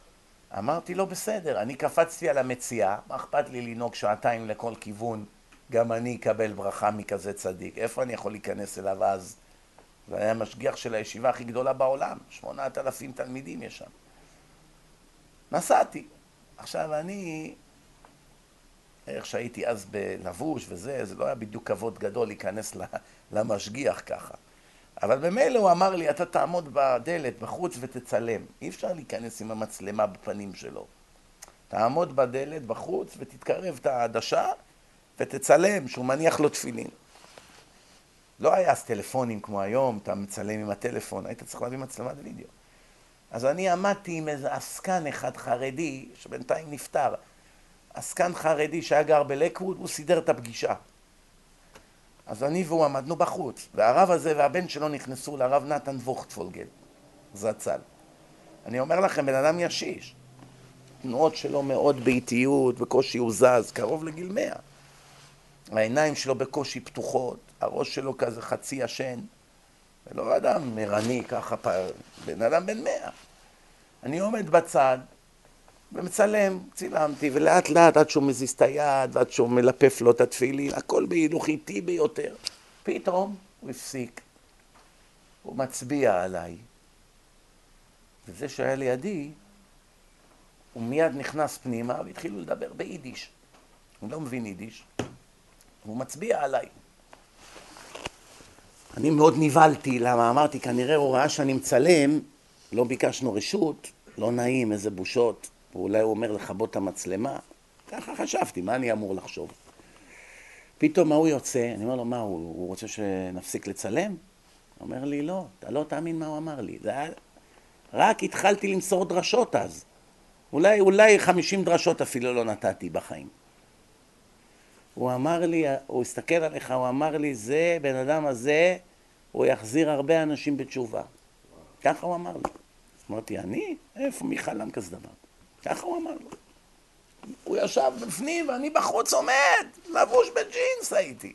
אמרתי לו, בסדר, אני קפצתי על המציאה, מה אכפת לי לנהוג שעתיים לכל כיוון, גם אני אקבל ברכה מכזה צדיק. איפה אני יכול להיכנס אליו אז? והיה משגיח של הישיבה הכי גדולה בעולם, שמונת אלפים תלמידים יש שם. נסעתי. עכשיו אני, איך שהייתי אז בלבוש וזה, זה לא היה בדיוק כבוד גדול להיכנס למשגיח ככה. אבל במילא הוא אמר לי, אתה תעמוד בדלת בחוץ ותצלם. אי אפשר להיכנס עם המצלמה בפנים שלו. תעמוד בדלת בחוץ ותתקרב את העדשה ותצלם שהוא מניח לו תפילין. לא היה אז טלפונים כמו היום, אתה מצלם עם הטלפון, היית צריך להביא מצלמת וידאו. אז אני עמדתי עם איזה עסקן אחד חרדי, שבינתיים נפטר. עסקן חרדי שהיה גר בלקווד, הוא סידר את הפגישה. אז אני והוא עמדנו בחוץ, והרב הזה והבן שלו נכנסו לרב נתן ווכטפולגל, זצ"ל. אני אומר לכם, בן אדם ישיש. תנועות שלו מאוד באיטיות, בקושי הוא זז, קרוב לגיל מאה. העיניים שלו בקושי פתוחות, הראש שלו כזה חצי ישן. ולא אדם מרני ככה, בן אדם בן מאה. אני עומד בצד ומצלם, צילמתי, ולאט לאט עד שהוא מזיז את היד, ועד שהוא מלפף לו את התפילין, הכל בהילוך איטי ביותר. פתאום הוא הפסיק, הוא מצביע עליי. וזה שהיה לידי, הוא מיד נכנס פנימה והתחילו לדבר ביידיש. הוא לא מבין יידיש. הוא מצביע עליי. אני מאוד נבלתי, למה אמרתי, כנראה הוא ראה שאני מצלם, לא ביקשנו רשות, לא נעים, איזה בושות, ואולי הוא אומר לכבות את המצלמה. ככה חשבתי, מה אני אמור לחשוב? פתאום מה הוא יוצא, אני אומר לו, מה, הוא, הוא רוצה שנפסיק לצלם? הוא אומר לי, לא, אתה לא תאמין מה הוא אמר לי. זה היה... רק התחלתי למסור דרשות אז. אולי, אולי חמישים דרשות אפילו לא נתתי בחיים. הוא אמר לי, הוא הסתכל עליך, הוא אמר לי, זה, בן אדם הזה, הוא יחזיר הרבה אנשים בתשובה. ככה הוא אמר לי. אמרתי, אני? איפה מי חלם כזה דבר? ככה הוא אמר לו. הוא ישב בפנים ואני בחוץ עומד, לבוש בג'ינס הייתי.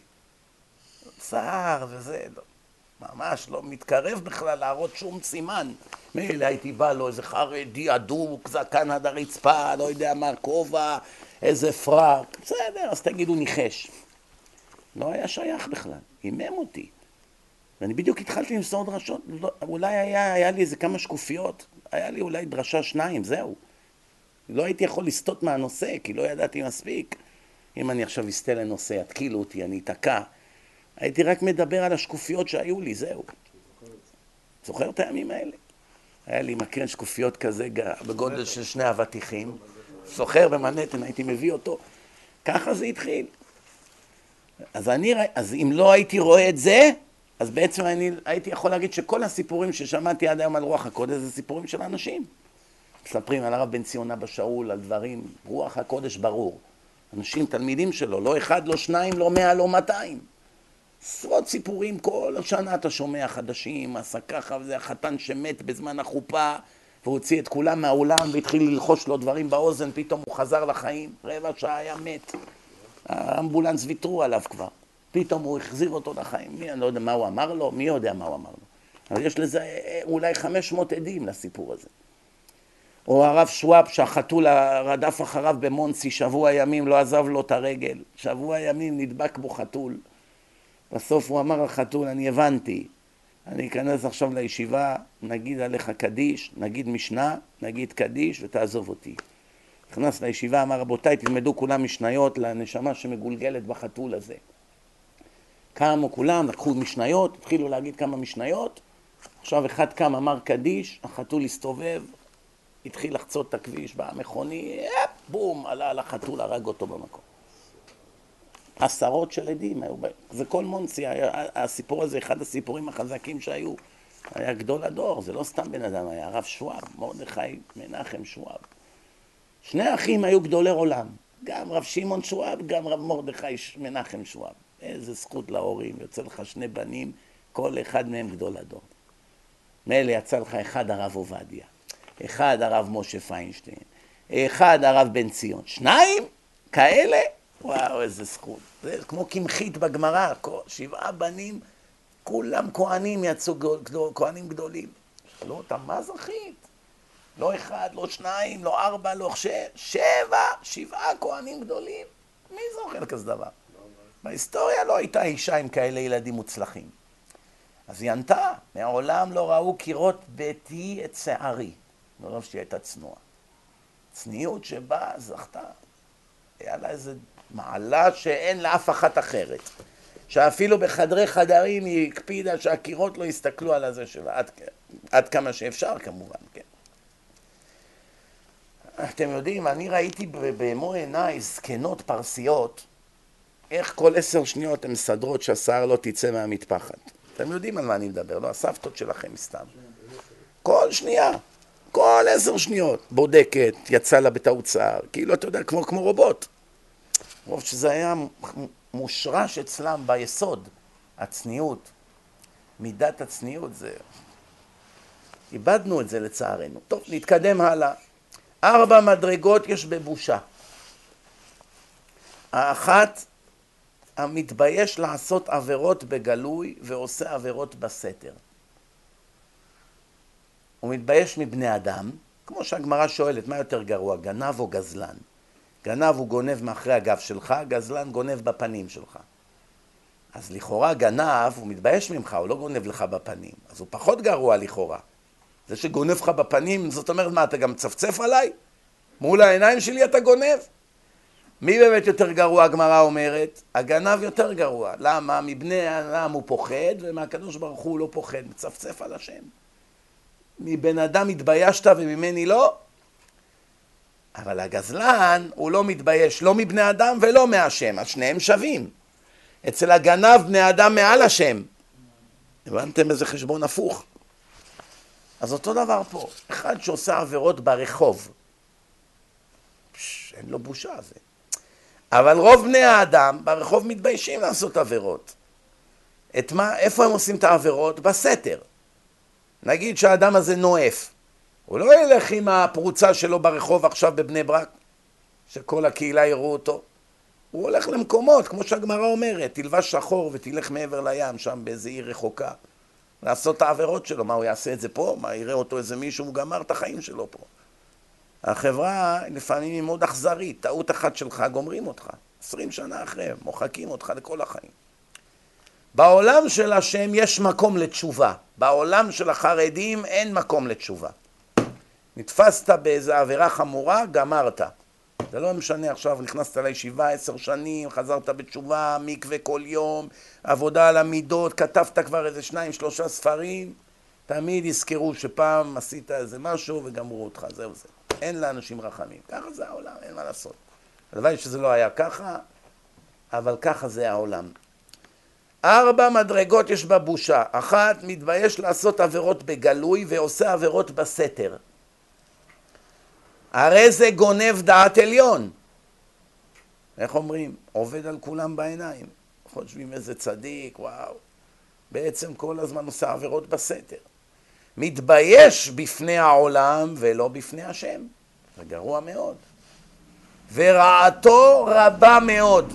צער וזה, לא. ממש לא מתקרב בכלל להראות שום סימן. מילא הייתי בא לו איזה חרדי אדוק, זקן עד הרצפה, לא יודע מה, כובע, איזה פרק. בסדר, אז תגידו ניחש. לא היה שייך בכלל, הימם אותי. ואני בדיוק התחלתי למסור דרשות, לא, אולי היה, היה לי איזה כמה שקופיות, היה לי אולי דרשה שניים, זהו. לא הייתי יכול לסטות מהנושא, כי לא ידעתי מספיק. אם אני עכשיו אסתה לנושא, יתקילו אותי, אני אתקע. הייתי רק מדבר על השקופיות שהיו לי, זהו. זוכר את הימים האלה? היה לי מקרן שקופיות כזה בגודל של שני אבטיחים. זוכר במנהטן, הייתי מביא אותו. ככה זה התחיל. אז, אני, אז אם לא הייתי רואה את זה, אז בעצם אני הייתי יכול להגיד שכל הסיפורים ששמעתי עד היום על רוח הקודש זה סיפורים של אנשים. מספרים על הרב בן ציון אבא שאול, על דברים, רוח הקודש ברור. אנשים, תלמידים שלו, לא אחד, לא שניים, לא מאה, לא מאתיים. עשרות סיפורים, כל השנה אתה שומע חדשים, עשה ככה, וזה החתן שמת בזמן החופה, והוא הוציא את כולם מהאולם והתחיל ללחוש לו דברים באוזן, פתאום הוא חזר לחיים, רבע שעה היה מת. האמבולנס ויתרו עליו כבר. פתאום הוא החזיר אותו לחיים. מי, אני לא יודע מה הוא אמר לו, מי יודע מה הוא אמר לו. אבל יש לזה אולי חמש מאות עדים לסיפור הזה. או הרב שוואב שהחתול רדף אחריו במונסי, שבוע ימים לא עזב לו את הרגל. שבוע ימים נדבק בו חתול. בסוף הוא אמר לחתול, אני הבנתי. אני אכנס עכשיו לישיבה, נגיד עליך קדיש, נגיד משנה, נגיד קדיש ותעזוב אותי. נכנס לישיבה, אמר רבותיי, תלמדו כולם משניות לנשמה שמגולגלת בחתול הזה. קמו כולם, לקחו משניות, התחילו להגיד כמה משניות, עכשיו אחד קם, אמר קדיש, החתול הסתובב, התחיל לחצות את הכביש, בא המכוני, בום, עלה על החתול, הרג אותו במקום. עשרות של עדים היו בהם. זה כל מונסי, הסיפור הזה, אחד הסיפורים החזקים שהיו, היה גדול הדור, זה לא סתם בן אדם, היה הרב שוואב, מרדכי מנחם שוואב. שני אחים היו גדולי עולם, גם רב שמעון שוואב, גם רב מרדכי מנחם שוואב. איזה זכות להורים, יוצא לך שני בנים, כל אחד מהם גדול הדור. מילא יצא לך אחד הרב עובדיה, אחד הרב משה פיינשטיין, אחד הרב בן ציון, שניים כאלה, וואו איזה זכות. זה כמו קמחית בגמרא, שבעה בנים, כולם כהנים יצאו, כהנים גדולים. שאלו אותם, מה זכית? לא אחד, לא שניים, לא ארבע, לא ש... שבע, שבעה כהנים גדולים. מי זוכר כזה דבר? בהיסטוריה לא הייתה אישה עם כאלה ילדים מוצלחים. אז היא ענתה, מעולם לא ראו קירות ביתי את שערי. מרוב שהיא הייתה צנועה. צניעות שבה זכתה. היה לה איזו מעלה שאין לאף אחת אחרת. שאפילו בחדרי חדרים היא הקפידה שהקירות לא יסתכלו על הזה שלה, עד, עד כמה שאפשר כמובן, כן. אתם יודעים, אני ראיתי במו עיניי זקנות פרסיות, איך כל עשר שניות הן מסדרות שהשיער לא תצא מהמטפחת. אתם יודעים על מה אני מדבר, לא? הסבתות שלכם מסתם. כל שנייה, כל עשר שניות, בודקת, יצא לה בטעות שיער, כאילו אתה יודע, כמו, כמו רובוט. רוב שזה היה מושרש אצלם ביסוד, הצניעות, מידת הצניעות זה... איבדנו את זה לצערנו. טוב, נתקדם הלאה. ארבע מדרגות יש בבושה. האחת, המתבייש לעשות עבירות בגלוי ועושה עבירות בסתר. הוא מתבייש מבני אדם, כמו שהגמרא שואלת, מה יותר גרוע, גנב או גזלן? גנב הוא גונב מאחרי הגב שלך, גזלן גונב בפנים שלך. אז לכאורה גנב, הוא מתבייש ממך, הוא לא גונב לך בפנים, אז הוא פחות גרוע לכאורה. זה שגונב לך בפנים, זאת אומרת, מה, אתה גם צפצף עליי? מול העיניים שלי אתה גונב? מי באמת יותר גרוע, הגמרא אומרת? הגנב יותר גרוע. למה? מבני האדם הוא פוחד, ומהקדוש ברוך הוא לא פוחד, מצפצף על השם. מבן אדם התביישת וממני לא? אבל הגזלן הוא לא מתבייש, לא מבני אדם ולא מהשם, אז שניהם שווים. אצל הגנב בני אדם מעל השם. הבנתם איזה חשבון הפוך? אז אותו דבר פה, אחד שעושה עבירות ברחוב, פש, אין לו בושה הזה. אבל רוב בני האדם ברחוב מתביישים לעשות עבירות. את מה, איפה הם עושים את העבירות? בסתר. נגיד שהאדם הזה נואף. הוא לא ילך עם הפרוצה שלו ברחוב עכשיו בבני ברק, שכל הקהילה יראו אותו. הוא הולך למקומות, כמו שהגמרא אומרת, תלבש שחור ותלך מעבר לים, שם באיזו עיר רחוקה. לעשות את העבירות שלו. מה, הוא יעשה את זה פה? מה, יראה אותו איזה מישהו, הוא גמר את החיים שלו פה. החברה לפעמים היא מאוד אכזרית, טעות אחת שלך גומרים אותך. עשרים שנה אחרי, מוחקים אותך לכל החיים. בעולם של השם יש מקום לתשובה. בעולם של החרדים אין מקום לתשובה. נתפסת באיזו עבירה חמורה, גמרת. זה לא משנה עכשיו, נכנסת לישיבה עשר שנים, חזרת בתשובה, מקווה כל יום, עבודה על המידות, כתבת כבר איזה שניים, שלושה ספרים, תמיד יזכרו שפעם עשית איזה משהו וגמרו אותך, זהו זה. אין לאנשים רחמים. ככה זה העולם, אין מה לעשות. הלוואי שזה לא היה ככה, אבל ככה זה העולם. ארבע מדרגות יש בבושה. אחת, מתבייש לעשות עבירות בגלוי ועושה עבירות בסתר. הרי זה גונב דעת עליון. איך אומרים? עובד על כולם בעיניים. חושבים איזה צדיק, וואו. בעצם כל הזמן עושה עבירות בסתר. מתבייש בפני העולם ולא בפני השם. זה גרוע מאוד. ורעתו רבה מאוד.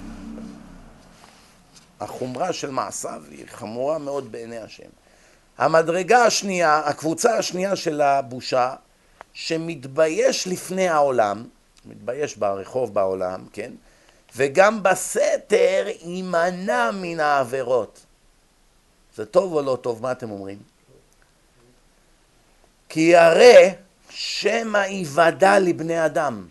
החומרה של מעשיו היא חמורה מאוד בעיני השם. המדרגה השנייה, הקבוצה השנייה של הבושה, שמתבייש לפני העולם, מתבייש ברחוב בעולם, כן? וגם בסתר יימנע מן העבירות. זה טוב או לא טוב? מה אתם אומרים? כי הרי שמא היוודע לבני אדם.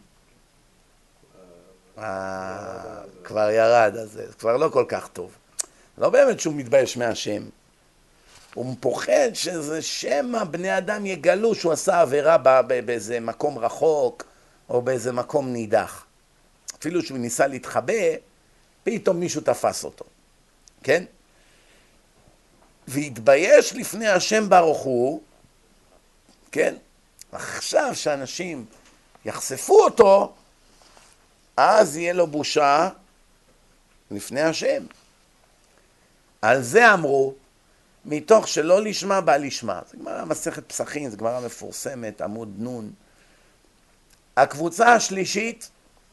אה, כבר ירד, אז זה כבר לא כל כך טוב. לא באמת שהוא מתבייש מהשם. הוא פוחד שזה שמא בני אדם יגלו שהוא עשה עבירה באיזה מקום רחוק או באיזה מקום נידח. אפילו שהוא ניסה להתחבא, פתאום מישהו תפס אותו. כן? והתבייש לפני השם ברוך הוא, כן? עכשיו שאנשים יחשפו אותו, אז יהיה לו בושה לפני השם. על זה אמרו, מתוך שלא לשמה בא לשמה. זה גמרא מסכת פסחים, זה גמרא מפורסמת, עמוד נון. הקבוצה השלישית,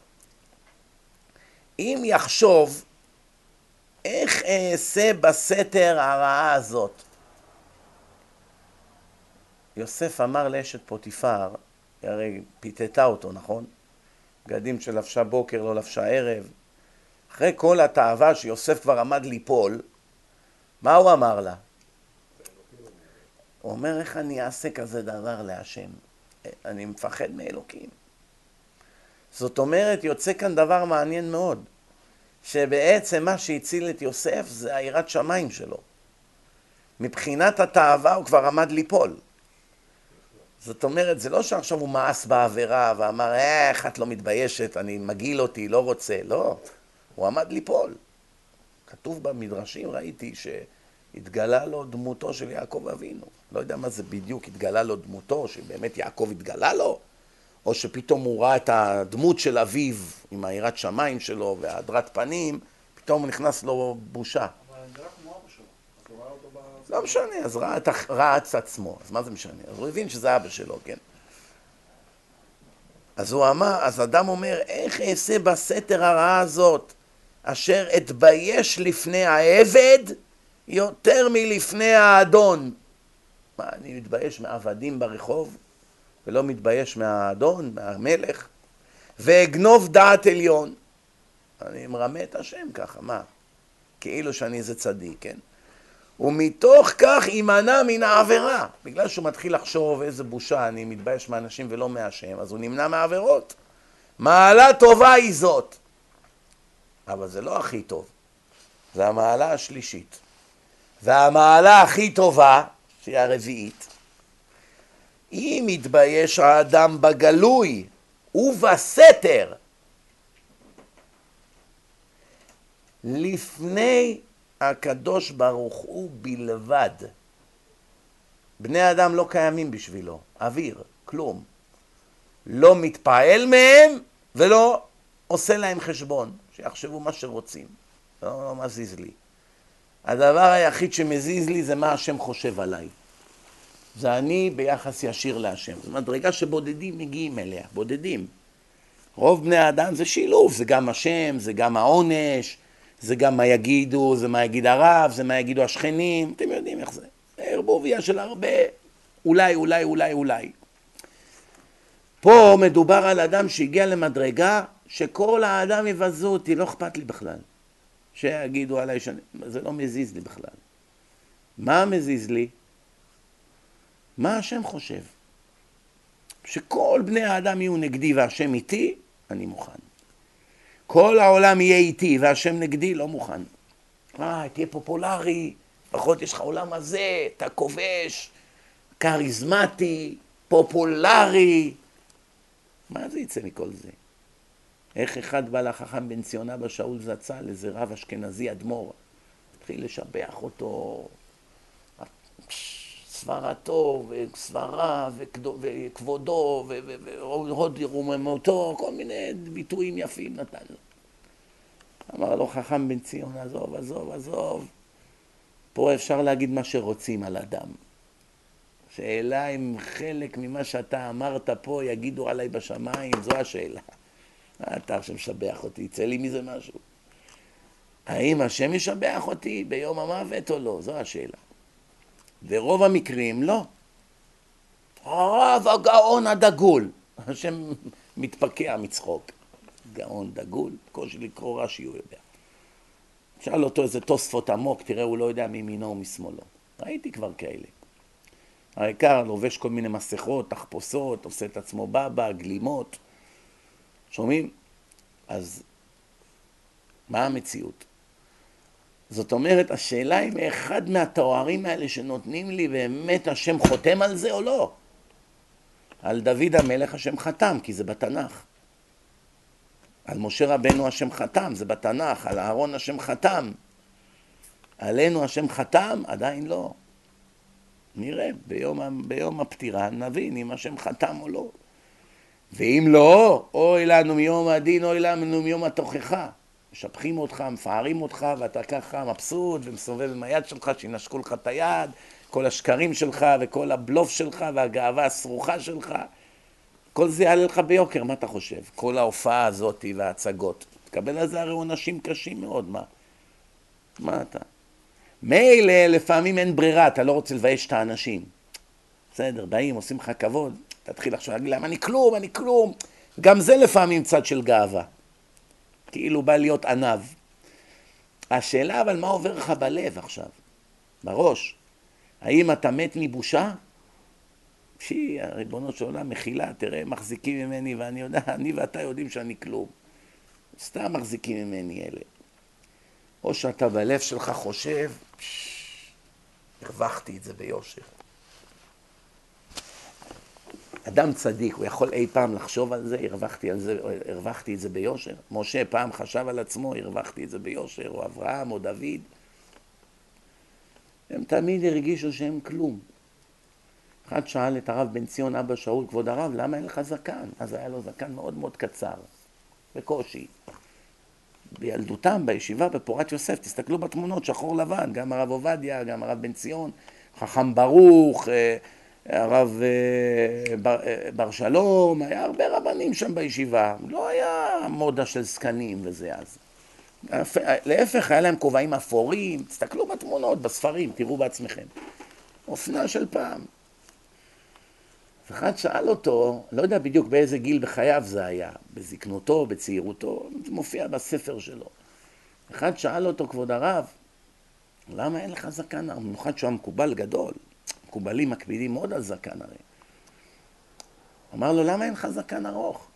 אם יחשוב איך אעשה בסתר הרעה הזאת. יוסף אמר לאשת פוטיפר, היא הרי פיתתה אותו, נכון? בגדים שלבשה בוקר, לא לבשה ערב. אחרי כל התאווה שיוסף כבר עמד ליפול, מה הוא אמר לה? הוא אומר, איך אני אעשה כזה דבר להשם? אני מפחד מאלוקים. זאת אומרת, יוצא כאן דבר מעניין מאוד, שבעצם מה שהציל את יוסף זה היראת שמיים שלו. מבחינת התאווה הוא כבר עמד ליפול. זאת אומרת, זה לא שעכשיו הוא מאס בעבירה ואמר, איך את לא מתביישת, אני מגיל אותי, לא רוצה. לא, הוא עמד ליפול. כתוב במדרשים, ראיתי שהתגלה לו דמותו של יעקב אבינו. לא יודע מה זה בדיוק, התגלה לו דמותו, שבאמת יעקב התגלה לו, או שפתאום הוא ראה את הדמות של אביו עם היראת שמיים שלו והדרת פנים, פתאום הוא נכנס לו בושה. אבל זה רק כמו אבא שלו, אז הוא ראה אותו ב... לא משנה, אז ראה את, ראה את עצמו, אז מה זה משנה? אז הוא הבין שזה אבא שלו, כן? אז הוא אמר, אז אדם אומר, איך אעשה בסתר הרעה הזאת, אשר אתבייש לפני העבד, יותר מלפני האדון. מה, אני מתבייש מעבדים ברחוב, ולא מתבייש מהאדון, מהמלך, ואגנוב דעת עליון. אני מרמה את השם ככה, מה? כאילו שאני איזה צדיק, כן? ומתוך כך יימנע מן העבירה. בגלל שהוא מתחיל לחשוב איזה בושה, אני מתבייש מאנשים ולא מהשם, אז הוא נמנע מהעבירות. מעלה טובה היא זאת. אבל זה לא הכי טוב. זה המעלה השלישית. והמעלה הכי טובה, שהיא הרביעית, אם יתבייש האדם בגלוי ובסתר, לפני הקדוש ברוך הוא בלבד. בני אדם לא קיימים בשבילו, אוויר, כלום. לא מתפעל מהם ולא עושה להם חשבון, שיחשבו מה שרוצים. לא, לא מזיז לי. הדבר היחיד שמזיז לי זה מה השם חושב עליי. זה אני ביחס ישיר להשם. זו מדרגה שבודדים מגיעים אליה, בודדים. רוב בני האדם זה שילוב, זה גם השם, זה גם העונש, זה גם מה יגידו, זה מה יגיד הרב, זה מה יגידו השכנים, אתם יודעים איך זה. ערבוביה של הרבה, אולי, אולי, אולי, אולי. פה מדובר על אדם שהגיע למדרגה שכל האדם יבזו אותי, לא אכפת לי בכלל. שיגידו עליי, שאני... זה לא מזיז לי בכלל. מה מזיז לי? מה השם חושב? שכל בני האדם יהיו נגדי והשם איתי, אני מוכן. כל העולם יהיה איתי והשם נגדי, לא מוכן. אה, תהיה פופולרי, לפחות יש לך עולם הזה, אתה כובש, קריזמטי, פופולרי. מה זה יצא מכל זה? איך אחד בא לחכם בן ציונה בשאול זצ"ל, איזה רב אשכנזי אדמו"ר, התחיל לשבח אותו, סברתו וסברה וכבודו והוד רוממותו, כל מיני ביטויים יפים נתן לו. אמר לו חכם בן ציון, עזוב, עזוב, עזוב, פה אפשר להגיד מה שרוצים על אדם. שאלה אם חלק ממה שאתה אמרת פה יגידו עליי בשמיים, זו השאלה. אתה שמשבח אותי, יצא לי מזה משהו. האם השם ישבח אותי ביום המוות או לא? זו השאלה. ורוב המקרים לא. הרב הגאון הדגול. השם מתפקע מצחוק. גאון דגול, קושי לקרוא רש"י הוא יודע. שאל אותו איזה תוספות עמוק, תראה הוא לא יודע מימינו ומשמאלו. ראיתי כבר כאלה. העיקר לובש כל מיני מסכות, תחפושות, עושה את עצמו בבא, גלימות. שומעים? אז מה המציאות? זאת אומרת, השאלה אם אחד מהתוארים האלה שנותנים לי באמת השם חותם על זה או לא. על דוד המלך השם חתם, כי זה בתנ"ך. על משה רבנו השם חתם, זה בתנ"ך. על אהרון השם חתם. עלינו השם חתם, עדיין לא. נראה, ביום, ביום הפטירה נבין אם השם חתם או לא. ואם לא, אוי לנו מיום הדין, אוי לנו מיום התוכחה. משפחים אותך, מפארים אותך, ואתה ככה מבסוט ומסובב עם היד שלך, שינשקו לך את היד, כל השקרים שלך וכל הבלוף שלך והגאווה הסרוכה שלך. כל זה יעלה לך ביוקר, מה אתה חושב? כל ההופעה הזאת וההצגות. תקבל על זה הרי עונשים קשים מאוד, מה? מה אתה? מילא, לפעמים אין ברירה, אתה לא רוצה לבייש את האנשים. בסדר, באים, עושים לך כבוד. תתחיל עכשיו להגיד להם, אני כלום, אני כלום. גם זה לפעמים צד של גאווה. כאילו בא להיות ענב. השאלה אבל מה עובר לך בלב עכשיו? בראש. האם אתה מת מבושה? שי, הריבונות של עולם, מחילה, תראה, מחזיקים ממני, ואני יודע, אני ואתה יודעים שאני כלום. סתם מחזיקים ממני אלה. או שאתה בלב שלך חושב, פש, הרווחתי את זה ביושר. אדם צדיק, הוא יכול אי פעם לחשוב על זה, הרווחתי, על זה, הרווחתי את זה ביושר. משה פעם חשב על עצמו, הרווחתי את זה ביושר, או אברהם, או דוד. הם תמיד הרגישו שהם כלום. אחד שאל את הרב בן ציון, אבא שאול, כבוד הרב, למה אין לך זקן? אז היה לו זקן מאוד מאוד קצר, בקושי. בילדותם, בישיבה, בפורת יוסף, תסתכלו בתמונות, שחור לבן, גם הרב עובדיה, גם הרב בן ציון, חכם ברוך, הרב בר, בר שלום, היה הרבה רבנים שם בישיבה, לא היה מודה של זקנים וזה אז. להפך, היה להם כובעים אפורים, תסתכלו בתמונות, בספרים, תראו בעצמכם. אופנה של פעם. אחד שאל אותו, לא יודע בדיוק באיזה גיל בחייו זה היה, בזקנותו, בצעירותו, זה מופיע בספר שלו. אחד שאל אותו, כבוד הרב, למה אין לך זקן? במיוחד שהוא המקובל גדול, מקובלים מקפידים מאוד על זקן הרי. אמר לו, למה אין לך זקן ארוך?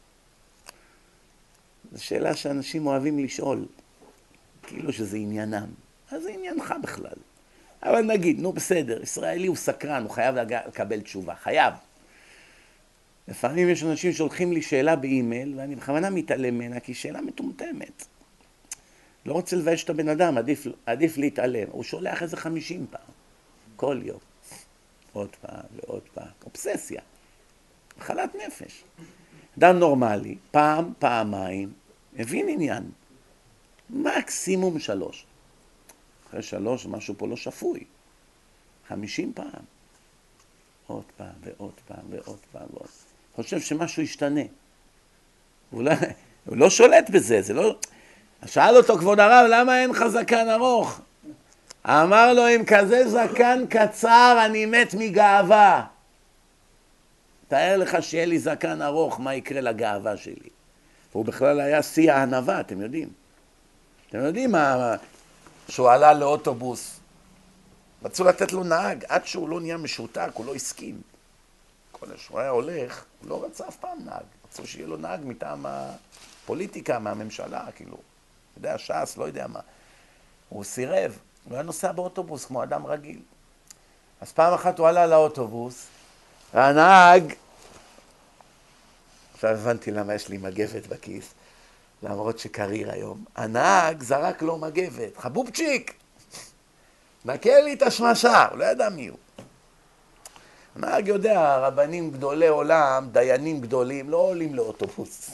זו שאלה שאנשים אוהבים לשאול, כאילו שזה עניינם. אז זה עניינך בכלל. אבל נגיד, נו בסדר, ישראלי הוא סקרן, הוא חייב לקבל תשובה, חייב. לפעמים יש אנשים שהולכים לי שאלה באימייל, ואני בכוונה מתעלם ממנה, כי שאלה מטומטמת. לא רוצה לבייש את הבן אדם, עדיף, עדיף להתעלם. הוא שולח איזה חמישים פעם, כל יום. עוד פעם ועוד פעם, אובססיה. מחלת נפש. אדם נורמלי, פעם, פעמיים, הבין עניין. מקסימום שלוש. אחרי שלוש, משהו פה לא שפוי. חמישים פעם. עוד פעם ועוד פעם ועוד פעם ועוד. חושב שמשהו ישתנה. הוא לא, הוא לא שולט בזה, זה לא... שאל אותו, כבוד הרב, למה אין לך זקן ארוך? אמר לו, עם כזה זקן קצר, אני מת מגאווה. תאר לך שיהיה לי זקן ארוך, מה יקרה לגאווה שלי? והוא בכלל היה שיא הענווה, אתם יודעים. אתם יודעים מה... שהוא עלה לאוטובוס, רצו לתת לו נהג, עד שהוא לא נהיה משותק, הוא לא הסכים. כל שהוא היה הולך, הוא לא רצה אף פעם נהג. רצו שיהיה לו נהג מטעם הפוליטיקה, מהממשלה, כאילו. יודע, ש"ס, לא יודע מה. הוא סירב, הוא היה נוסע באוטובוס כמו אדם רגיל. אז פעם אחת הוא עלה לאוטובוס, והנהג, עכשיו הבנתי למה יש לי מגבת בכיס, למרות שקריר היום, הנהג זרק לו מגבת, חבובצ'יק, נקה לי את השמשה, הוא לא ידע מי הוא. הנהג יודע, רבנים גדולי עולם, דיינים גדולים, לא עולים לאוטובוס.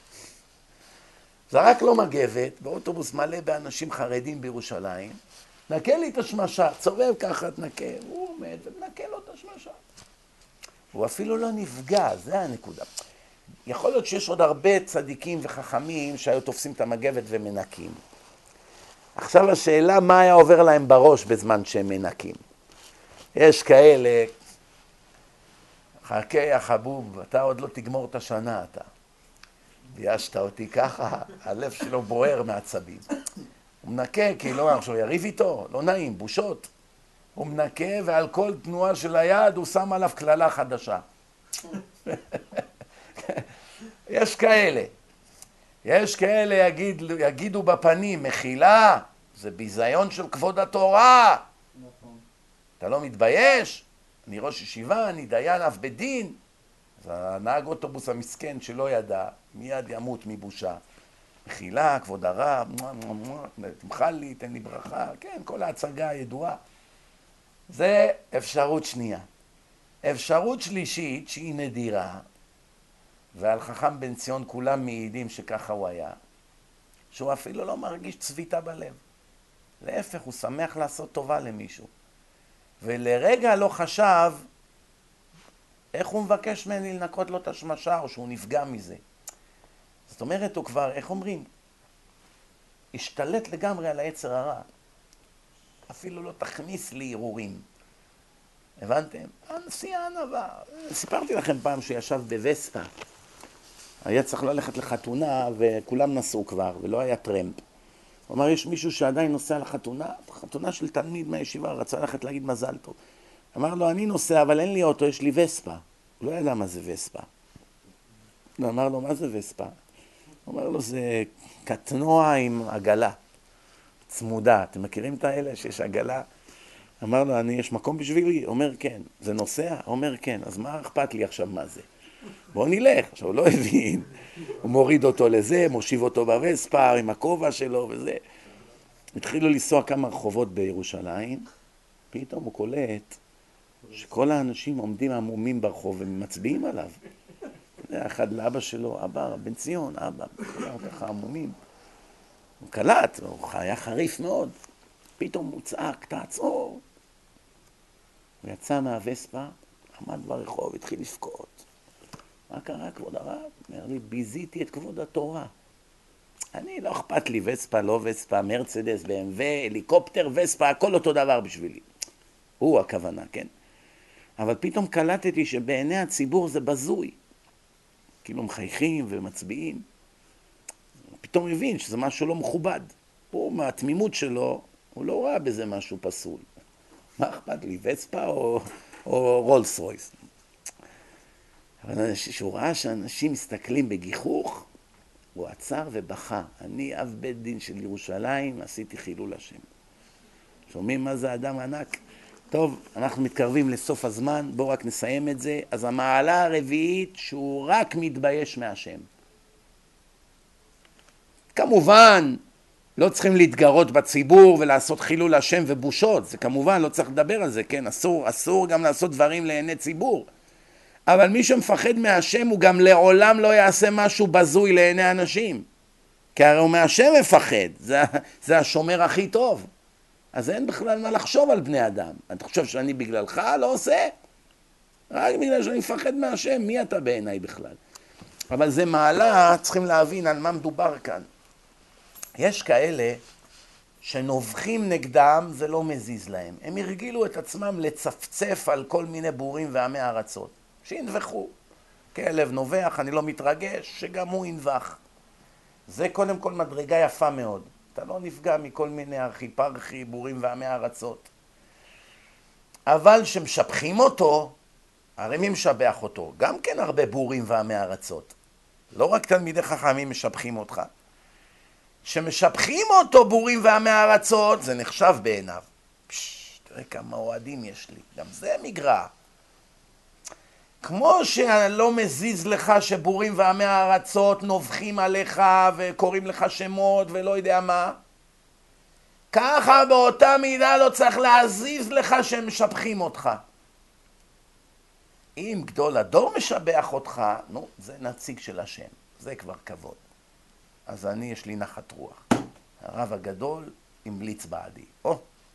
זרק לו מגבת, באוטובוס מלא באנשים חרדים בירושלים, נקה לי את השמשה, צורב ככה, תנקה, הוא עומד ונקה לו את השמשה. הוא אפילו לא נפגע, זה הנקודה. יכול להיות שיש עוד הרבה צדיקים וחכמים שהיו תופסים את המגבת ומנקים. עכשיו השאלה, מה היה עובר להם בראש בזמן שהם מנקים? יש כאלה, חכה יא חבוב, אתה עוד לא תגמור את השנה, אתה. ביישת אותי ככה, הלב שלו בוער מעצבים. הוא מנקה, כי לא, עכשיו יריב איתו, לא נעים, בושות. הוא מנקה, ועל כל תנועה של היד הוא שם עליו כללה חדשה. יש כאלה. יש כאלה יגיד, יגידו בפנים, מחילה, זה ביזיון של כבוד התורה. אתה לא מתבייש? אני ראש ישיבה, אני דיין אף בדין. אז הנהג אוטובוס המסכן שלא ידע, מיד ימות מבושה. מחילה, כבוד הרב, תמחל לי, תן לי ברכה. כן, כל ההצגה הידועה. זה אפשרות שנייה. אפשרות שלישית, שהיא נדירה, ועל חכם בן ציון כולם מעידים שככה הוא היה, שהוא אפילו לא מרגיש צביטה בלב. להפך, הוא שמח לעשות טובה למישהו. ולרגע לא חשב איך הוא מבקש ממני לנקות לו את השמשה, או שהוא נפגע מזה. זאת אומרת, הוא כבר, איך אומרים? השתלט לגמרי על היצר הרע. אפילו לא תכניס לי ערעורים. הבנתם? הנשיא הענווה. סיפרתי לכם פעם שישב בווספה. היה צריך ללכת לחתונה וכולם נסעו כבר, ולא היה טרמפ. הוא אמר, יש מישהו שעדיין נוסע לחתונה, חתונה של תלמיד מהישיבה, רצה ללכת להגיד מזל טוב. אמר לו, אני נוסע, אבל אין לי אוטו, יש לי וספה. הוא לא ידע מה זה וספה. הוא אמר לו, מה זה וספה? הוא אומר לו, זה קטנוע עם עגלה, צמודה. אתם מכירים את האלה שיש עגלה? אמר לו, אני, יש מקום בשבילי? אומר, כן. זה נוסע? אומר, כן. אז מה אכפת לי עכשיו מה זה? בוא נלך. עכשיו, הוא לא הבין. הוא מוריד אותו לזה, מושיב אותו בווספה עם הכובע שלו וזה. התחילו לנסוע כמה רחובות בירושלים, פתאום הוא קולט שכל האנשים עומדים עמומים ברחוב ומצביעים עליו. אחד לאבא שלו, אבא, בן ציון, אבא, ככה עמומים. הוא קלט, הוא היה חריף מאוד. פתאום הוא צעק, תעצור. הוא יצא מהווספה, עמד ברחוב, התחיל לבכות. מה קרה, כבוד הרב? אומר לי, ביזיתי את כבוד התורה. אני לא אכפת לי, וספה, לא וספה, מרצדס, בי אם דאבליו, הליקופטר, וספה, הכל אותו דבר בשבילי. הוא הכוונה, כן? אבל פתאום קלטתי שבעיני הציבור זה בזוי. כאילו מחייכים ומצביעים. פתאום הבין שזה משהו לא מכובד. הוא, מהתמימות שלו, הוא לא ראה בזה משהו פסול. מה אכפת לי, וספה או, או רולס רויס? אבל כשהוא ראה שאנשים מסתכלים בגיחוך, הוא עצר ובכה. אני אב בית דין של ירושלים, עשיתי חילול השם. שומעים מה זה אדם ענק? טוב, אנחנו מתקרבים לסוף הזמן, בואו רק נסיים את זה. אז המעלה הרביעית שהוא רק מתבייש מהשם. כמובן, לא צריכים להתגרות בציבור ולעשות חילול השם ובושות. זה כמובן, לא צריך לדבר על זה, כן? אסור, אסור גם לעשות דברים לעיני ציבור. אבל מי שמפחד מהשם הוא גם לעולם לא יעשה משהו בזוי לעיני אנשים. כי הרי הוא מהשם מפחד, זה, זה השומר הכי טוב. אז אין בכלל מה לחשוב על בני אדם. אתה חושב שאני בגללך לא עושה? רק בגלל שאני מפחד מהשם, מי אתה בעיניי בכלל? אבל זה מעלה, צריכים להבין על מה מדובר כאן. יש כאלה שנובחים נגדם, זה לא מזיז להם. הם הרגילו את עצמם לצפצף על כל מיני בורים ועמי ארצות. שינבחו. כלב נובח, אני לא מתרגש, שגם הוא ינבח. זה קודם כל מדרגה יפה מאוד. אתה לא נפגע מכל מיני ארכיפרכי, בורים ועמי ארצות. אבל שמשבחים אותו, הרי מי משבח אותו? גם כן הרבה בורים ועמי ארצות. לא רק תלמידי חכמים משבחים אותך. שמשבחים אותו בורים ועמי ארצות, זה נחשב בעיניו. פש, תראה כמה אוהדים יש לי. גם זה מגרע. כמו שלא מזיז לך שבורים ועמי הארצות נובחים עליך וקוראים לך שמות ולא יודע מה, ככה באותה מידה לא צריך להזיז לך שהם משבחים אותך. אם גדול הדור משבח אותך, נו, זה נציג של השם, זה כבר כבוד. אז אני, יש לי נחת רוח. הרב הגדול המליץ בעדי. או.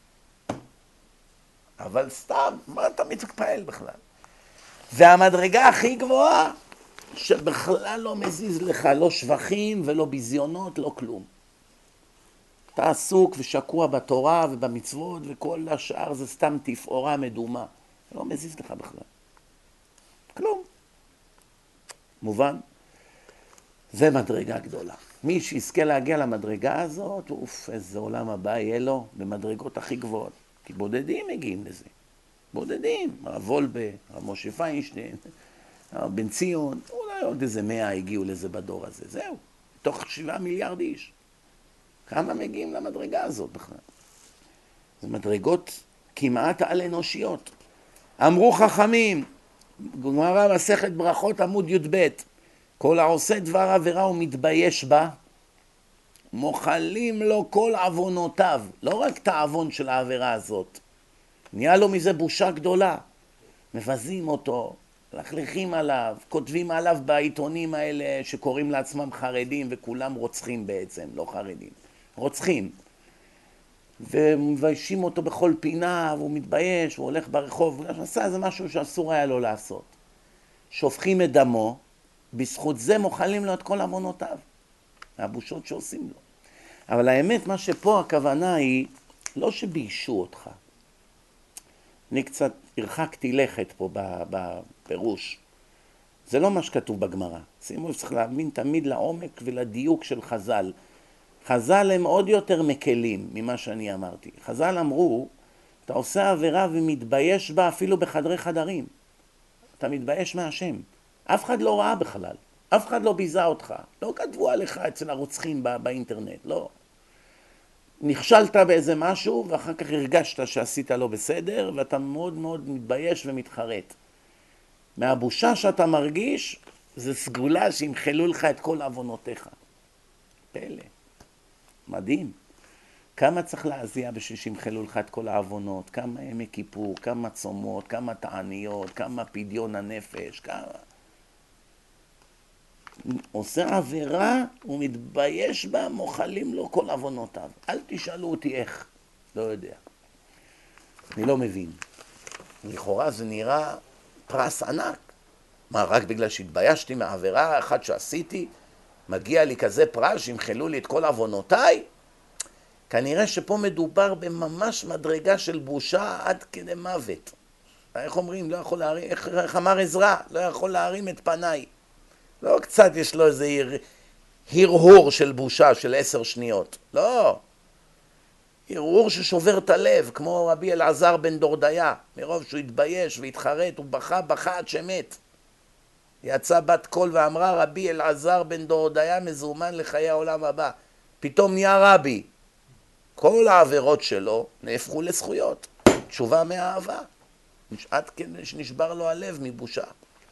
אבל סתם, מה אתה מתפעל בכלל? והמדרגה הכי גבוהה, שבכלל לא מזיז לך, לא שבחים ולא ביזיונות, לא כלום. אתה עסוק ושקוע בתורה ובמצוות, וכל השאר זה סתם תפאורה מדומה. לא מזיז לך בכלל. כלום. מובן? זה מדרגה גדולה. מי שיזכה להגיע למדרגה הזאת, אוף, איזה עולם הבא יהיה לו במדרגות הכי גבוהות. כי בודדים מגיעים לזה. בודדים, הרב וולבה, הרב משה פיינשטיין, הרב בן ציון, אולי עוד איזה מאה הגיעו לזה בדור הזה. זהו, תוך שבעה מיליארד איש. כמה מגיעים למדרגה הזאת בכלל? זה מדרגות כמעט על אנושיות. אמרו חכמים, גמרא מסכת ברכות עמוד י"ב, כל העושה דבר עבירה ומתבייש בה, מוחלים לו כל עוונותיו, לא רק את העוון של העבירה הזאת. נהיה לו מזה בושה גדולה. מבזים אותו, לכלכים עליו, כותבים עליו בעיתונים האלה שקוראים לעצמם חרדים וכולם רוצחים בעצם, לא חרדים, רוצחים. ומביישים אותו בכל פינה והוא מתבייש, הוא הולך ברחוב, הוא עשה איזה משהו שאסור היה לו לעשות. שופכים את דמו, בזכות זה מוחלים לו את כל עוונותיו, הבושות שעושים לו. אבל האמת, מה שפה הכוונה היא, לא שביישו אותך. אני קצת הרחקתי לכת פה בפירוש. זה לא מה שכתוב בגמרא. שימו לב, צריך להבין תמיד לעומק ולדיוק של חז"ל. חז"ל הם עוד יותר מקלים ממה שאני אמרתי. חז"ל אמרו, אתה עושה עבירה ומתבייש בה אפילו בחדרי חדרים. אתה מתבייש מהשם. אף אחד לא ראה בכלל. אף אחד לא ביזה אותך. לא כתבו עליך אצל הרוצחים בא, באינטרנט. לא. נכשלת באיזה משהו ואחר כך הרגשת שעשית לא בסדר ואתה מאוד מאוד מתבייש ומתחרט. מהבושה שאתה מרגיש זה סגולה שימחלו לך את כל עוונותיך. פלא. מדהים. כמה צריך להזיע בשביל שימחלו לך את כל העוונות, כמה ימי כיפור, כמה צומות, כמה תעניות, כמה פדיון הנפש, כמה... עושה עבירה, הוא מתבייש בה, מוחלים לו כל עוונותיו. אל תשאלו אותי איך, לא יודע. אני לא מבין. לכאורה זה נראה פרס ענק. מה, רק בגלל שהתביישתי מהעבירה אחת שעשיתי, מגיע לי כזה פרס שימחלו לי את כל עוונותיי? כנראה שפה מדובר בממש מדרגה של בושה עד כדי מוות. איך אומרים? לא יכול להרים, איך, איך אמר עזרא? לא יכול להרים את פניי. לא קצת יש לו איזה הרהור של בושה של עשר שניות. לא. הרהור ששובר את הלב, כמו רבי אלעזר בן דורדיה. מרוב שהוא התבייש והתחרט, הוא בכה, בכה עד שמת. יצא בת קול ואמרה, רבי אלעזר בן דורדיה מזומן לחיי העולם הבא. פתאום נהיה רבי. כל העבירות שלו נהפכו לזכויות. תשובה מהאהבה. עד כן שנשבר לו הלב מבושה.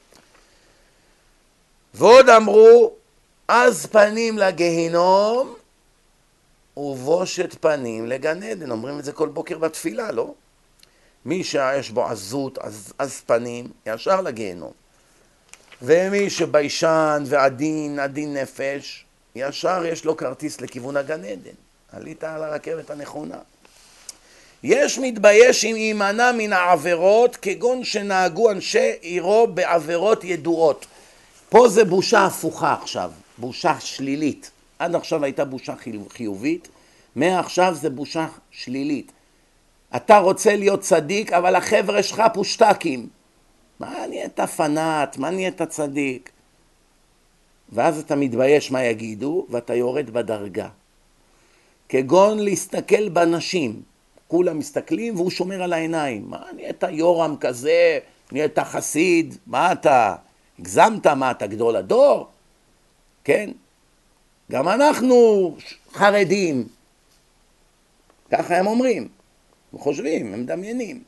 ועוד אמרו, אז פנים לגיהינום ובושת פנים לגן עדן. אומרים את זה כל בוקר בתפילה, לא? מי שיש בו עזות, אז, אז פנים, ישר לגיהינום. ומי שביישן ועדין, עדין נפש, ישר יש לו כרטיס לכיוון הגן עדן. עלית על הרכבת הנכונה. יש מתבייש אם יימנע מן העבירות, כגון שנהגו אנשי עירו בעבירות ידועות. פה זה בושה הפוכה עכשיו, בושה שלילית. עד עכשיו הייתה בושה חיובית, מעכשיו זה בושה שלילית. אתה רוצה להיות צדיק, אבל החבר'ה שלך פושטקים. מה נהיית פנאט? מה נהיית צדיק? ואז אתה מתבייש מה יגידו, ואתה יורד בדרגה. כגון להסתכל בנשים. כולם מסתכלים והוא שומר על העיניים. מה נהיית יורם כזה? נהיית חסיד? מה אתה? הגזמת? מה אתה גדול הדור? כן? גם אנחנו חרדים. ככה הם אומרים. הם חושבים, הם מדמיינים.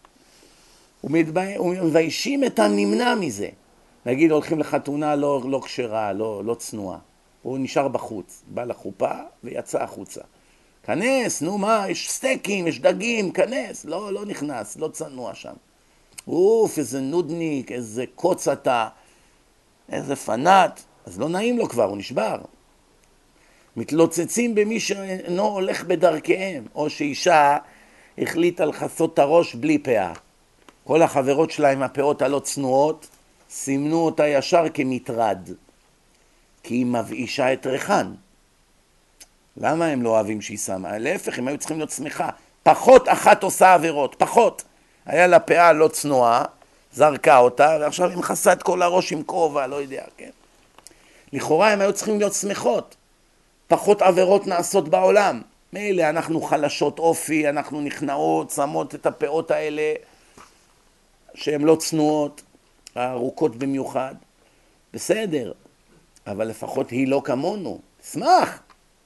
ומביישים את הנמנע מזה. נגיד הולכים לחתונה לא, לא כשרה, לא, לא צנועה. הוא נשאר בחוץ, בא לחופה ויצא החוצה. כנס, נו מה, יש סטייקים, יש דגים, כנס. לא, לא נכנס, לא צנוע שם. אוף, איזה נודניק, איזה קוץ אתה, איזה פנאט. אז לא נעים לו כבר, הוא נשבר. מתלוצצים במי שאינו הולך בדרכיהם, או שאישה החליטה לחסות את הראש בלי פאה. כל החברות שלה עם הפאות הלא צנועות, סימנו אותה ישר כמטרד, כי היא מבאישה את ריחן. למה הם לא אוהבים שהיא שמה? להפך, הם היו צריכים להיות שמחה. פחות אחת עושה עבירות, פחות. היה לה פאה לא צנועה, זרקה אותה, ועכשיו היא מכסה את כל הראש עם כובע, לא יודע, כן? לכאורה הם היו צריכים להיות שמחות. פחות עבירות נעשות בעולם. מילא אנחנו חלשות אופי, אנחנו נכנעות, שמות את הפאות האלה, שהן לא צנועות, הארוכות במיוחד. בסדר, אבל לפחות היא לא כמונו. שמח.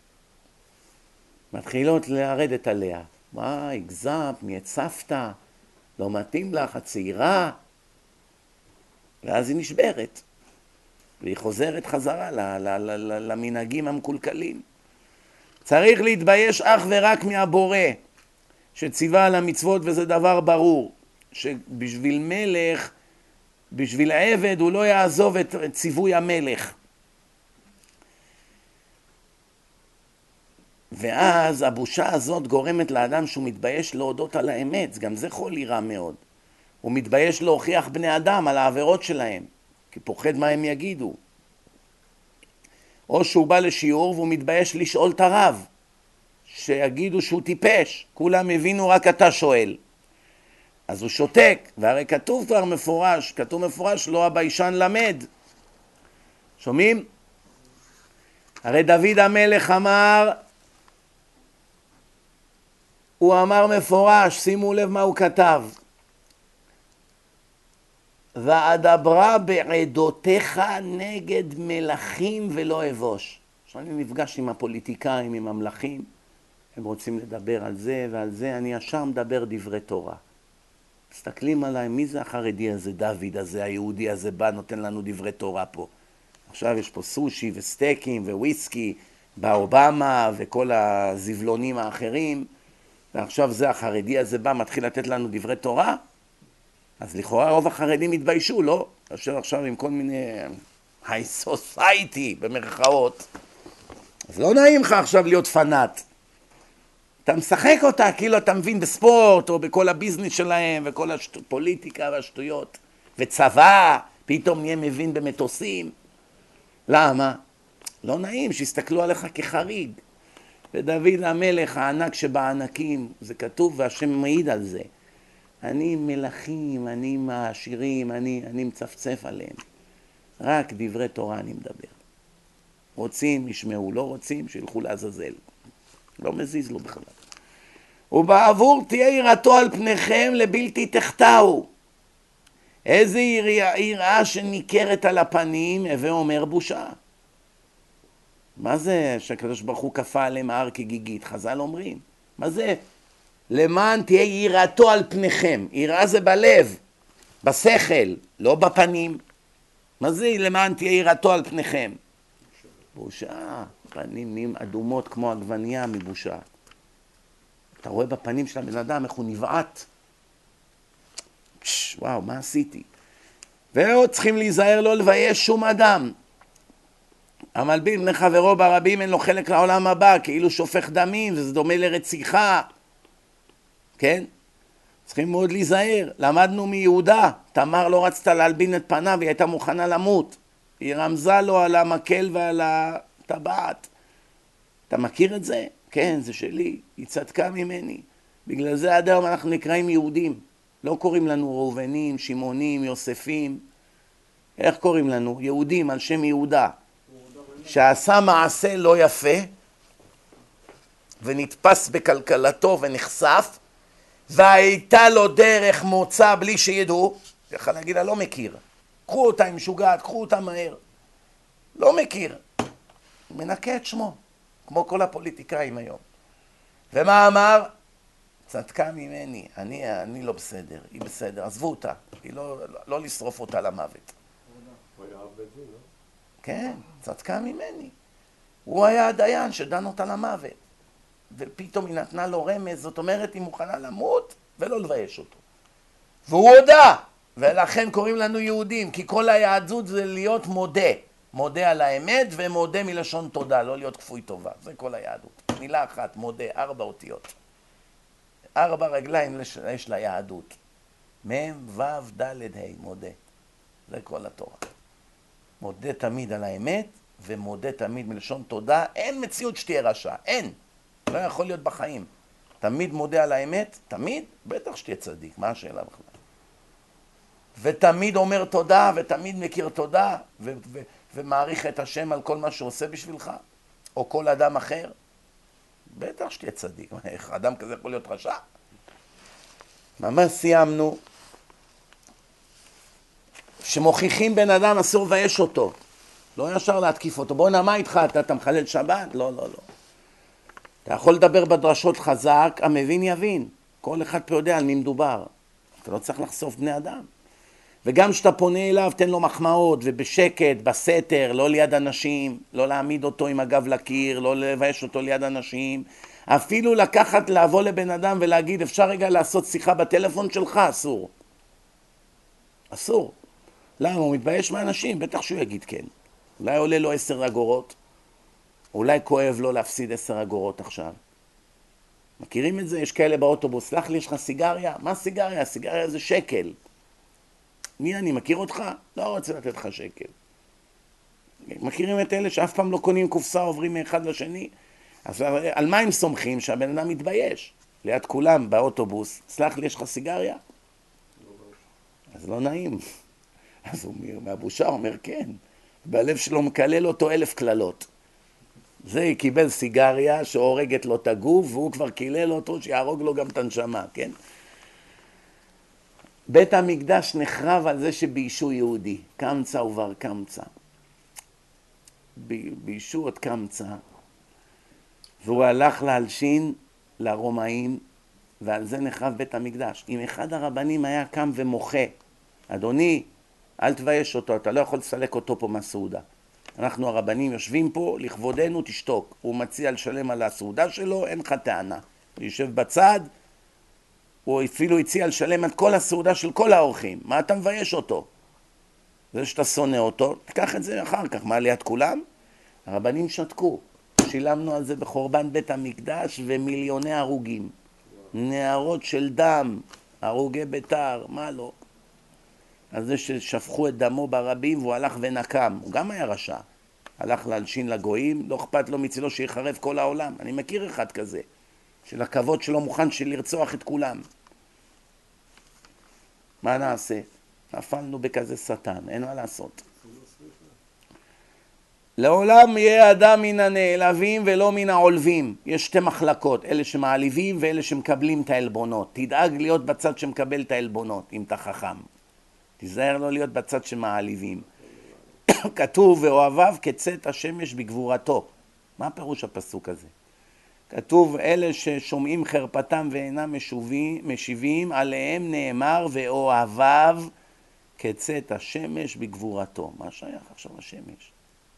מתחילות לרדת עליה. מה, הגזמת, נהיית סבתא, לא מתאים לך, הצעירה. ואז היא נשברת. והיא חוזרת חזרה ל- ל- ל- ל- למנהגים המקולקלים. צריך להתבייש אך ורק מהבורא, שציווה על המצוות, וזה דבר ברור. שבשביל מלך, בשביל עבד, הוא לא יעזוב את ציווי המלך. ואז הבושה הזאת גורמת לאדם שהוא מתבייש להודות על האמת, גם זה חולי רע מאוד. הוא מתבייש להוכיח בני אדם על העבירות שלהם, כי פוחד מה הם יגידו. או שהוא בא לשיעור והוא מתבייש לשאול את הרב, שיגידו שהוא טיפש, כולם הבינו רק אתה שואל. אז הוא שותק, והרי כתוב כבר מפורש, כתוב מפורש, לא הביישן למד. שומעים? הרי דוד המלך אמר, הוא אמר מפורש, שימו לב מה הוא כתב. ואדברה בעדותיך נגד מלכים ולא אבוש. עכשיו אני נפגש עם הפוליטיקאים, עם המלכים, הם רוצים לדבר על זה ועל זה, אני ישר מדבר דברי תורה. מסתכלים עליי, מי זה החרדי הזה, דוד הזה, היהודי הזה בא, נותן לנו דברי תורה פה. עכשיו יש פה סושי וסטייקים וויסקי, באובמה וכל הזבלונים האחרים, ועכשיו זה החרדי הזה בא, מתחיל לתת לנו דברי תורה, אז לכאורה רוב החרדים התביישו, לא? כאשר עכשיו עם כל מיני היי סוסייטי במרכאות, אז לא נעים לך עכשיו להיות פנאט. אתה משחק אותה, כאילו אתה מבין בספורט, או בכל הביזנס שלהם, וכל הפוליטיקה והשטויות, וצבא, פתאום נהיה מבין במטוסים. למה? לא נעים, שיסתכלו עליך כחריג. ודוד המלך, הענק שבענקים, זה כתוב והשם מעיד על זה. אני מלכים, אני מעשירים, אני, אני מצפצף עליהם. רק דברי תורה אני מדבר. רוצים, ישמעו, לא רוצים, שילכו לעזאזל. לא מזיז לו בכלל. ובעבור תהיה יראתו על פניכם לבלתי תחתהו. איזה יראה שניכרת על הפנים, הווה אומר בושה. מה זה שהקדוש ברוך הוא כפה עליהם הר כגיגית? חז"ל אומרים. מה זה? למען תהיה יראתו על פניכם. יראה זה בלב, בשכל, לא בפנים. מה זה למען תהיה יראתו על פניכם? בושה. פנים נהיים אדומות כמו עגבנייה מבושה. אתה רואה בפנים של הבן אדם איך הוא נבעט. פש, וואו, מה עשיתי? ועוד צריכים להיזהר לא לבייש שום אדם. המלבין בני חברו ברבים אין לו חלק לעולם הבא, כאילו שופך דמים, וזה דומה לרציחה. כן? צריכים מאוד להיזהר. למדנו מיהודה, תמר לא רצתה להלבין את פניו, היא הייתה מוכנה למות. היא רמזה לו על המקל ועל הטבעת. אתה מכיר את זה? כן, זה שלי. היא צדקה ממני. בגלל זה עד היום אנחנו נקראים יהודים. לא קוראים לנו ראובנים, שמעונים, יוספים. איך קוראים לנו? יהודים על שם יהודה. שעשה מעשה לא יפה, ונתפס בכלכלתו ונחשף, והייתה לו דרך מוצא בלי שידעו, יכול להגיד לה לא מכיר. קחו אותה עם משוגעת, קחו אותה מהר. לא מכיר. מנקה את שמו, כמו כל הפוליטיקאים היום. ומה אמר? צדקה ממני, אני, אני לא בסדר, היא בסדר, עזבו אותה, היא לא, לא, לא לשרוף אותה למוות. הוא היה אב בית דין, לא? כן, צדקה ממני. הוא היה הדיין שדן אותה למוות. ופתאום היא נתנה לו רמז, זאת אומרת היא מוכנה למות ולא לבייש אותו. והוא הודה, ולכן קוראים לנו יהודים, כי כל היהדות זה להיות מודה. מודה על האמת ומודה מלשון תודה, לא להיות כפוי טובה. זה כל היהדות. מילה אחת, מודה, ארבע אותיות. ארבע רגליים יש ליהדות. מם, וו, דלת, ה', מודה. זה כל התורה. מודה תמיד על האמת, ומודה תמיד מלשון תודה. אין מציאות שתהיה רשע, אין. לא יכול להיות בחיים. תמיד מודה על האמת, תמיד, בטח שתהיה צדיק, מה השאלה בכלל? ותמיד אומר תודה, ותמיד מכיר תודה, ו- ו- ומעריך את השם על כל מה שעושה בשבילך, או כל אדם אחר. בטח שתהיה צדיק, איך אדם כזה יכול להיות רשע? ממש סיימנו. שמוכיחים בן אדם אסור לבייש אותו. לא ישר להתקיף אותו. בוא נמה איתך, אתה, אתה מחלל שבת? לא, לא, לא. אתה יכול לדבר בדרשות חזק, המבין יבין. כל אחד פה יודע על מי מדובר. אתה לא צריך לחשוף בני אדם. וגם שאתה פונה אליו, תן לו מחמאות, ובשקט, בסתר, לא ליד אנשים, לא להעמיד אותו עם הגב לקיר, לא לבייש אותו ליד אנשים. אפילו לקחת, לבוא לבן אדם ולהגיד, אפשר רגע לעשות שיחה בטלפון שלך? אסור. אסור. למה? הוא מתבייש מאנשים, בטח שהוא יגיד כן. אולי עולה לו עשר אגורות, אולי כואב לו להפסיד עשר אגורות עכשיו. מכירים את זה? יש כאלה באוטובוס, סלח לי, יש לך סיגריה? מה סיגריה? סיגריה זה שקל. מי אני? מכיר אותך? לא רוצה לתת לך שקל. מכירים את אלה שאף פעם לא קונים קופסה, עוברים מאחד לשני? אז על מה הם סומכים? שהבן אדם מתבייש. ליד כולם באוטובוס, סלח לי, יש לך סיגריה? אז לא נעים. אז הוא אומר, מהבושה אומר כן. בלב שלו מקלל אותו אלף כללות. זה קיבל סיגריה שהורגת לו את הגוף, והוא כבר קילל אותו שיהרוג לו גם את הנשמה, כן? בית המקדש נחרב על זה שביישו יהודי, קמצא ובר קמצא. ביישו את קמצא, והוא הלך להלשין לרומאים, ועל זה נחרב בית המקדש. אם אחד הרבנים היה קם ומוחה, אדוני, אל תבייש אותו, אתה לא יכול לסלק אותו פה מהסעודה. אנחנו הרבנים יושבים פה, לכבודנו תשתוק. הוא מציע לשלם על הסעודה שלו, אין לך טענה. הוא יושב בצד, הוא אפילו הציע לשלם את כל הסעודה של כל האורחים. מה אתה מבייש אותו? זה שאתה שונא אותו, תיקח את זה אחר כך. מה ליד כולם? הרבנים שתקו. שילמנו על זה בחורבן בית המקדש ומיליוני הרוגים. נערות של דם, הרוגי ביתר, מה לא? על זה ששפכו את דמו ברבים והוא הלך ונקם. הוא גם היה רשע. הלך להלשין לגויים, לא אכפת לו מצלו שיחרב כל העולם. אני מכיר אחד כזה, של הכבוד שלו מוכן של לרצוח את כולם. מה נעשה? נפלנו בכזה שטן, אין מה לעשות. לעולם יהיה אדם מן הנעלבים ולא מן העולבים. יש שתי מחלקות, אלה שמעליבים ואלה שמקבלים את העלבונות. תדאג להיות בצד שמקבל את העלבונות, אם אתה חכם. תיזהר לא להיות בצד שמעליבים. כתוב, ואוהביו כצאת השמש בגבורתו. מה פירוש הפסוק הזה? כתוב, אלה ששומעים חרפתם ואינם משובים, משיבים, עליהם נאמר, ואוהביו כצאת השמש בגבורתו. מה שייך עכשיו השמש?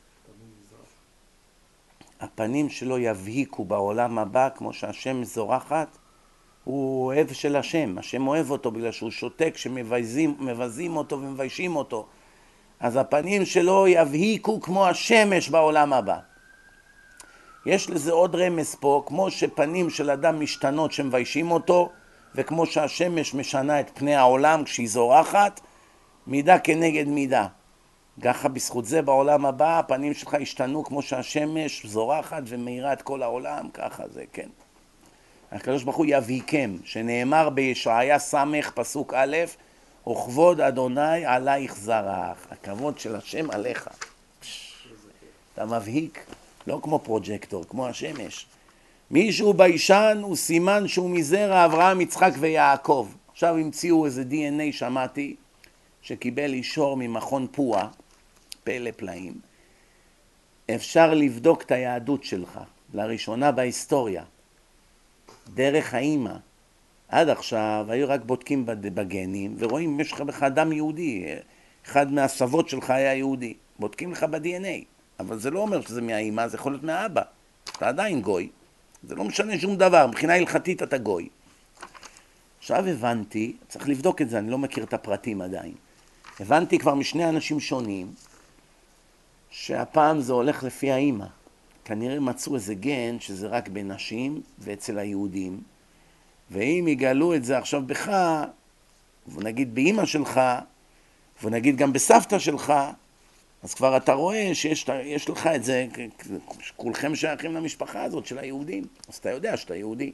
הפנים שלו יבהיקו בעולם הבא, כמו שהשמש זורחת. הוא אוהב של השם, השם אוהב אותו בגלל שהוא שותק שמבזים מבזים אותו ומביישים אותו. אז הפנים שלו יבהיקו כמו השמש בעולם הבא. יש לזה עוד רמז פה, כמו שפנים של אדם משתנות שמביישים אותו, וכמו שהשמש משנה את פני העולם כשהיא זורחת, מידה כנגד מידה. ככה בזכות זה בעולם הבא הפנים שלך ישתנו כמו שהשמש זורחת ומאירה את כל העולם, ככה זה, כן. הקדוש ברוך הוא יבהיקם, שנאמר בישעיה סמך פסוק א', וכבוד אדוני עלייך זרח, הכבוד של השם עליך. אתה מבהיק, לא כמו פרוג'קטור, כמו השמש. מישהו בישן הוא סימן שהוא מזרע אברהם, יצחק ויעקב. עכשיו המציאו איזה די אן איי, שמעתי, שקיבל אישור ממכון פועה, פלא פלאים. אפשר לבדוק את היהדות שלך, לראשונה בהיסטוריה. דרך האמא. עד עכשיו היו רק בודקים בגנים ורואים אם יש לך בך אדם יהודי, אחד מהסבות שלך היה יהודי, בודקים לך ב-די אן איי, אבל זה לא אומר שזה מהאמא, זה יכול להיות מהאבא, אתה עדיין גוי, זה לא משנה שום דבר, מבחינה הלכתית אתה גוי. עכשיו הבנתי, צריך לבדוק את זה, אני לא מכיר את הפרטים עדיין, הבנתי כבר משני אנשים שונים שהפעם זה הולך לפי האמא. כנראה מצאו איזה גן שזה רק בנשים ואצל היהודים, ואם יגלו את זה עכשיו בך, ונגיד באמא שלך, ונגיד גם בסבתא שלך, אז כבר אתה רואה שיש יש לך את זה, כולכם שייכים למשפחה הזאת של היהודים, אז אתה יודע שאתה יהודי.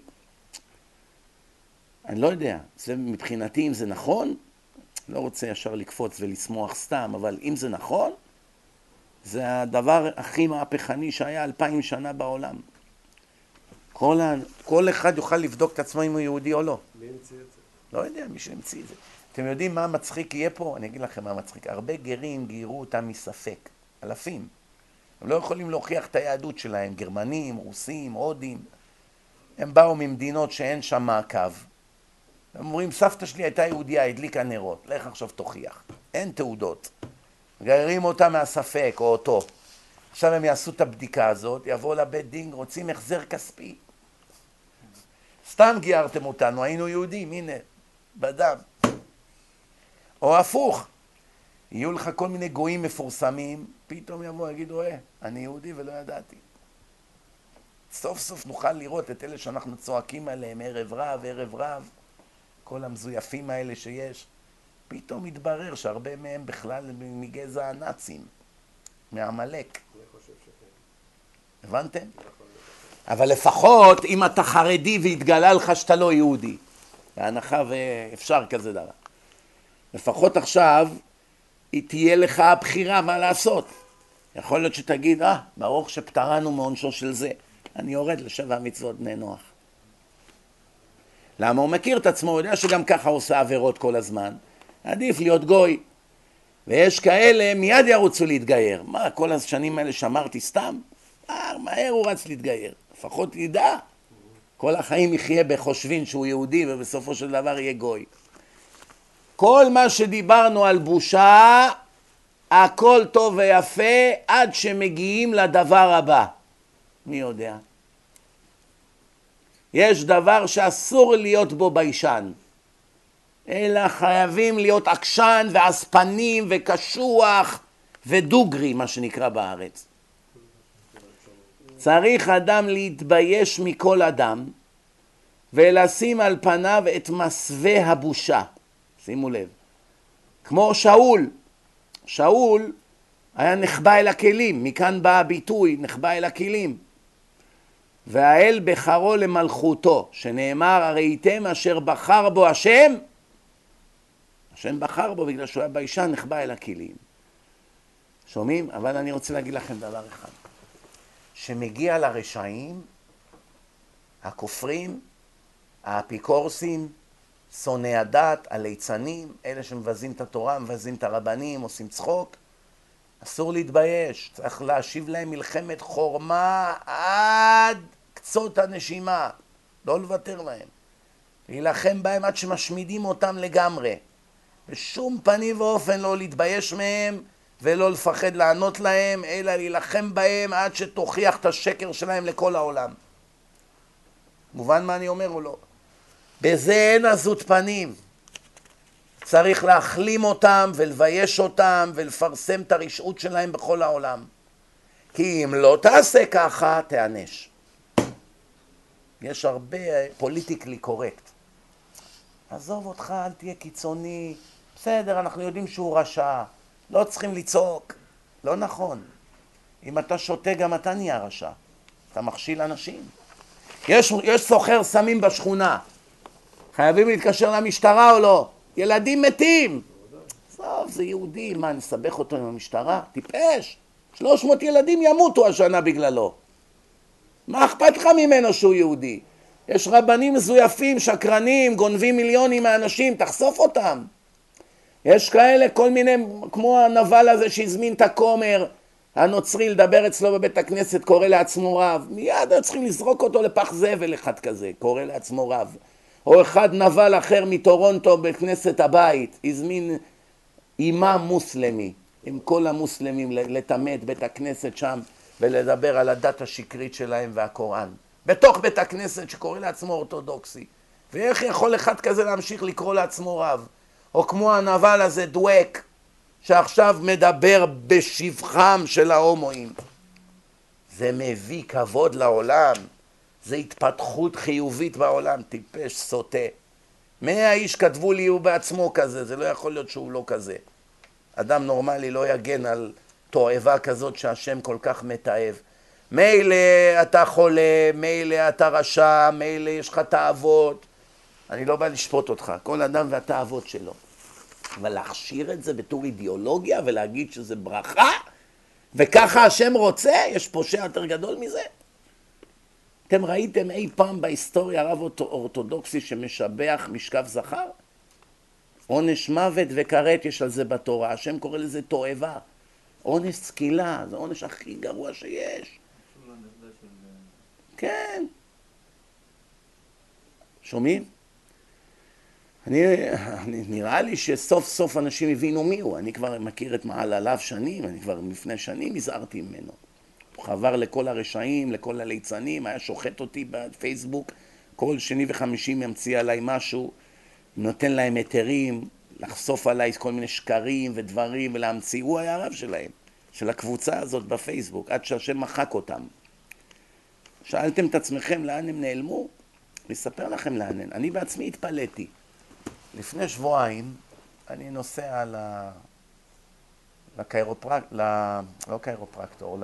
אני לא יודע, זה מבחינתי אם זה נכון, לא רוצה ישר לקפוץ ולשמוח סתם, אבל אם זה נכון, זה הדבר הכי מהפכני שהיה אלפיים שנה בעולם. כל, ה... כל אחד יוכל לבדוק את עצמו אם הוא יהודי או לא. מי המציא את זה? לא יודע, מי שהמציא את זה. אתם יודעים מה מצחיק יהיה פה? אני אגיד לכם מה מצחיק. הרבה גרים גיירו אותם מספק. אלפים. הם לא יכולים להוכיח את היהדות שלהם. גרמנים, רוסים, הודים. הם באו ממדינות שאין שם מעקב. הם אומרים, סבתא שלי הייתה יהודיה, הדליקה נרות. לך עכשיו תוכיח. אין תעודות. גיירים אותה מהספק או אותו. עכשיו הם יעשו את הבדיקה הזאת, יבואו לבית דין, רוצים החזר כספי. סתם גיירתם אותנו, היינו יהודים, הנה, בדם. או הפוך, יהיו לך כל מיני גויים מפורסמים, פתאום יבואו, יגידו, אה, אני יהודי ולא ידעתי. סוף סוף נוכל לראות את אלה שאנחנו צועקים עליהם, ערב רב, ערב רב, כל המזויפים האלה שיש. פתאום מתברר שהרבה מהם בכלל מגזע הנאצים, מעמלק. אני חושב שכן. הבנתם? אבל לפחות אם אתה חרדי והתגלה לך שאתה לא יהודי, בהנחה ואפשר כזה דבר. לפחות עכשיו היא תהיה לך הבחירה מה לעשות. יכול להיות שתגיד, אה, ברוך שפטרנו מעונשו של זה, אני יורד לשבע מצוות בני נוח. למה? הוא מכיר את עצמו, הוא יודע שגם ככה הוא עושה עבירות כל הזמן, עדיף להיות גוי. ויש כאלה מיד ירוצו להתגייר. מה, כל השנים האלה שמרתי סתם? אה, מהר הוא רץ להתגייר. לפחות ידע. כל החיים יחיה בחושבין שהוא יהודי ובסופו של דבר יהיה גוי. כל מה שדיברנו על בושה, הכל טוב ויפה עד שמגיעים לדבר הבא. מי יודע? יש דבר שאסור להיות בו ביישן. אלא חייבים להיות עקשן ועספנים וקשוח ודוגרי, מה שנקרא בארץ. צריך אדם להתבייש מכל אדם ולשים על פניו את מסווה הבושה. שימו לב. כמו שאול. שאול היה נחבא אל הכלים, מכאן בא הביטוי, נחבא אל הכלים. והאל בחרו למלכותו, שנאמר, הראיתם אשר בחר בו השם, השם בחר בו בגלל שהוא היה ביישן, נחבא אל הכלים. שומעים? אבל אני רוצה להגיד לכם דבר אחד. שמגיע לרשעים, הכופרים, האפיקורסים, שונאי הדת, הליצנים, אלה שמבזים את התורה, מבזים את הרבנים, עושים צחוק, אסור להתבייש. צריך להשיב להם מלחמת חורמה עד קצות הנשימה. לא לוותר להם. להילחם בהם עד שמשמידים אותם לגמרי. בשום פנים ואופן לא להתבייש מהם ולא לפחד לענות להם, אלא להילחם בהם עד שתוכיח את השקר שלהם לכל העולם. מובן מה אני אומר או לא? בזה אין עזות פנים. צריך להחלים אותם ולבייש אותם ולפרסם את הרשעות שלהם בכל העולם. כי אם לא תעשה ככה, תענש. יש הרבה פוליטיקלי קורקט. עזוב אותך, אל תהיה קיצוני. בסדר, אנחנו יודעים שהוא רשע. לא צריכים לצעוק. לא נכון. אם אתה שותה, גם אתה נהיה רשע. אתה מכשיל אנשים. יש, יש סוחר סמים בשכונה. חייבים להתקשר למשטרה או לא? ילדים מתים. טוב, זה יהודי. מה, נסבך אותו עם המשטרה? טיפש. שלוש מאות ילדים ימותו השנה בגללו. מה אכפת לך ממנו שהוא יהודי? יש רבנים מזויפים, שקרנים, גונבים מיליונים מהאנשים, תחשוף אותם. יש כאלה, כל מיני, כמו הנבל הזה שהזמין את הכומר, הנוצרי לדבר אצלו בבית הכנסת, קורא לעצמו רב. מיד צריכים לזרוק אותו לפח זבל אחד כזה, קורא לעצמו רב. או אחד נבל אחר מטורונטו בכנסת הבית, הזמין אימאם מוסלמי, עם כל המוסלמים, לטמא את בית הכנסת שם, ולדבר על הדת השקרית שלהם והקוראן. בתוך בית הכנסת שקורא לעצמו אורתודוקסי. ואיך יכול אחד כזה להמשיך לקרוא לעצמו רב? או כמו הנבל הזה דואק, שעכשיו מדבר בשבחם של ההומואים. זה מביא כבוד לעולם. זה התפתחות חיובית בעולם. טיפש, סוטה. מאה איש כתבו לי הוא בעצמו כזה. זה לא יכול להיות שהוא לא כזה. אדם נורמלי לא יגן על תועבה כזאת שהשם כל כך מתאהב. מילא אתה חולה, מילא אתה רשע, מילא יש לך תאוות. אני לא בא לשפוט אותך. כל אדם והתאוות שלו. אבל להכשיר את זה בתור אידיאולוגיה ולהגיד שזה ברכה, וככה השם רוצה, יש פושע יותר גדול מזה. אתם ראיתם אי פעם בהיסטוריה רב אורתודוקסי שמשבח משכב זכר? עונש מוות וכרת יש על זה בתורה, השם קורא לזה תועבה. עונש סקילה, זה עונש הכי גרוע שיש. כן. שומעים? אני, אני, נראה לי שסוף סוף אנשים הבינו מי הוא. אני כבר מכיר את מעלליו שנים, אני כבר לפני שנים הזהרתי ממנו. הוא חבר לכל הרשעים, לכל הליצנים, היה שוחט אותי בפייסבוק, כל שני וחמישי ימציא עליי משהו, נותן להם היתרים, לחשוף עליי כל מיני שקרים ודברים ולהמציא. הוא היה הרב שלהם, של הקבוצה הזאת בפייסבוק, עד שהשם מחק אותם. שאלתם את עצמכם לאן הם נעלמו? אני אספר לכם לאן הם. אני בעצמי התפלאתי. לפני שבועיים אני נוסע ל... לקיירופרק... ל... לא קיירופרקטור,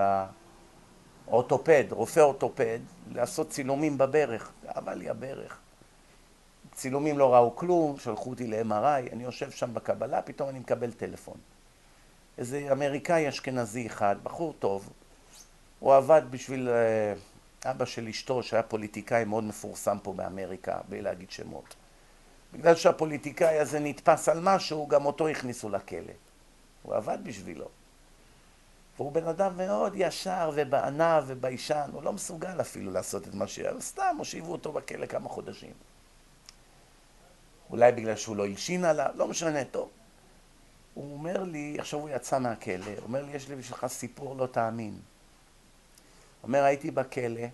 לאורתופד, רופא אורתופד, לעשות צילומים בברך. כאבה לי הברך. צילומים לא ראו כלום, שלחו אותי ל-אם אר איי, אני יושב שם בקבלה, פתאום אני מקבל טלפון. איזה אמריקאי אשכנזי אחד, בחור טוב, הוא עבד בשביל אבא של אשתו, שהיה פוליטיקאי מאוד מפורסם פה באמריקה, בלי להגיד שמות. בגלל שהפוליטיקאי הזה נתפס על משהו, גם אותו הכניסו לכלא. הוא עבד בשבילו. והוא בן אדם מאוד ישר ובענב וביישן, הוא לא מסוגל אפילו לעשות את מה שהיה, סתם הושיבו אותו בכלא כמה חודשים. אולי בגלל שהוא לא הלשין עליו, לא משנה, טוב. הוא אומר לי, עכשיו הוא יצא מהכלא, הוא אומר לי, יש לי בשבילך סיפור לא תאמין. הוא אומר, הייתי בכלא,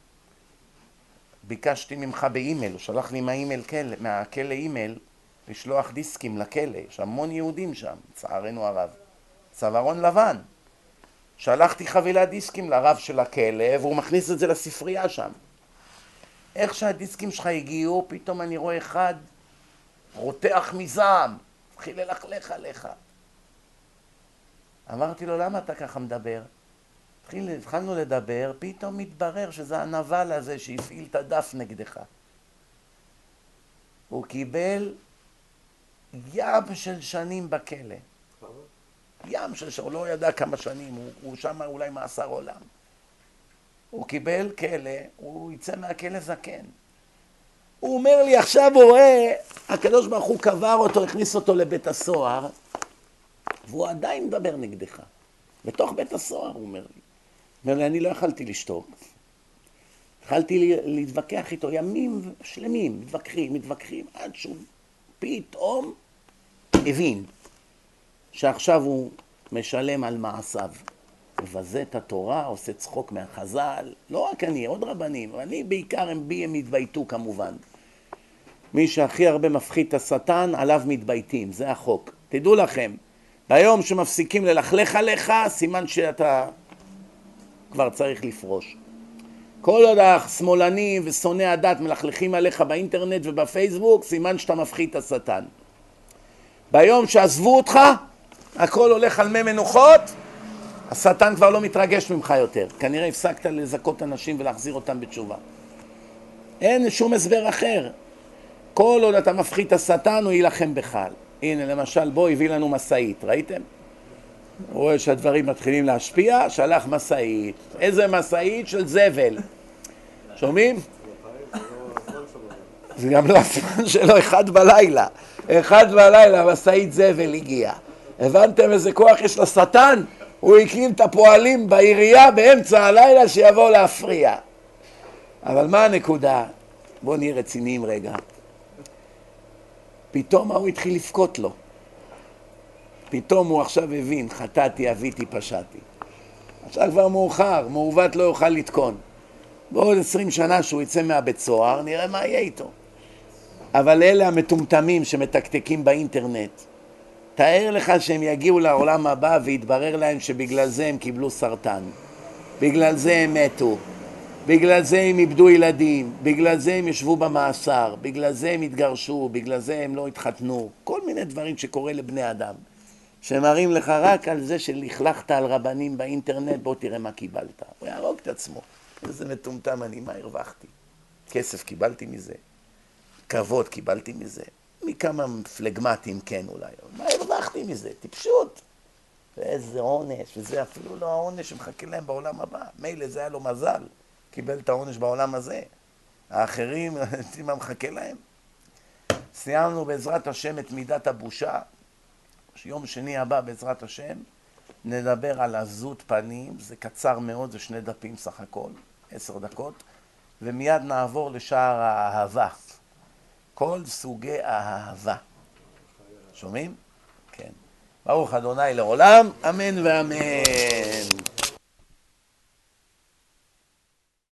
ביקשתי ממך באימייל, הוא שלח לי מהאימייל, מהכלא אימייל, לשלוח דיסקים לכלא, יש המון יהודים שם, צערנו הרב. צווארון לבן. שלחתי חבילת דיסקים לרב של הכלא, והוא מכניס את זה לספרייה שם. איך שהדיסקים שלך הגיעו, פתאום אני רואה אחד רותח מזעם, התחיל ללכלך עליך. אמרתי לו, למה אתה ככה מדבר? התחיל, התחלנו לדבר, פתאום מתברר שזה הנבל הזה שהפעיל את הדף נגדך. הוא קיבל ים של שנים בכלא. ים של שנים, הוא לא ידע כמה שנים, הוא, הוא שם אולי מאסר עולם. הוא קיבל כלא, הוא יצא מהכלא זקן. הוא אומר לי, עכשיו הוא רואה, הקדוש ברוך הוא קבר אותו, הכניס אותו לבית הסוהר, והוא עדיין מדבר נגדך. בתוך בית הסוהר, הוא אומר לי. הוא אומר לי, אני לא יכלתי לשתוק. יכלתי להתווכח איתו ימים שלמים, מתווכחים, מתווכחים, עד שהוא פתאום הבין שעכשיו הוא משלם על מעשיו. מבזה את התורה, עושה צחוק מהחז"ל, לא רק אני, עוד רבנים, אבל אני בעיקר הם בי, הם מתבייתו כמובן. מי שהכי הרבה מפחית את השטן, עליו מתבייתים, זה החוק. תדעו לכם, ביום שמפסיקים ללכלך עליך, סימן שאתה כבר צריך לפרוש. כל עוד השמאלנים ושונאי הדת מלכלכים עליך באינטרנט ובפייסבוק, סימן שאתה מפחית את השטן. ביום שעזבו אותך, הכל הולך על מי מנוחות, השטן כבר לא מתרגש ממך יותר. כנראה הפסקת לזכות אנשים ולהחזיר אותם בתשובה. אין שום הסבר אחר. כל עוד אתה מפחית את השטן, הוא ילחם בך. הנה למשל, בוא הביא לנו מסעית, ראיתם? הוא רואה שהדברים מתחילים להשפיע, שלח מסעית. איזה מסעית? של זבל. שומעים? זה גם לא הזמן שלו, אחד בלילה. אחד בלילה, מסעית זבל הגיע. הבנתם איזה כוח יש לשטן? הוא הקים את הפועלים בעירייה באמצע הלילה שיבואו להפריע. אבל מה הנקודה? בואו נהיה רציניים רגע. פתאום הוא התחיל לפקוט לו. פתאום הוא עכשיו הבין, חטאתי, אביתי, פשעתי. עכשיו כבר מאוחר, מעוות לא יוכל לתקון. בעוד עשרים שנה שהוא יצא מהבית סוהר, נראה מה יהיה איתו. אבל אלה המטומטמים שמתקתקים באינטרנט, תאר לך שהם יגיעו לעולם הבא ויתברר להם שבגלל זה הם קיבלו סרטן. בגלל זה הם מתו. בגלל זה הם איבדו ילדים. בגלל זה הם ישבו במאסר. בגלל זה הם התגרשו. בגלל זה הם לא התחתנו. כל מיני דברים שקורה לבני אדם. שמראים לך רק על זה שלכלכת על רבנים באינטרנט, בוא תראה מה קיבלת. הוא יהרוג את עצמו. איזה מטומטם אני, מה הרווחתי? כסף קיבלתי מזה. כבוד קיבלתי מזה. מכמה פלגמטים כן אולי. מה הרווחתי מזה? טיפשות. ואיזה עונש, וזה אפילו לא העונש שמחכה להם בעולם הבא. מילא זה היה לו מזל, קיבל את העונש בעולם הזה. האחרים, מה מחכה להם? סיימנו בעזרת השם את מידת הבושה. יום שני הבא בעזרת השם נדבר על עזות פנים, זה קצר מאוד, זה שני דפים סך הכל, עשר דקות, ומיד נעבור לשער האהבה. כל סוגי האהבה. שומעים? כן. ברוך אדוני לעולם, אמן ואמן.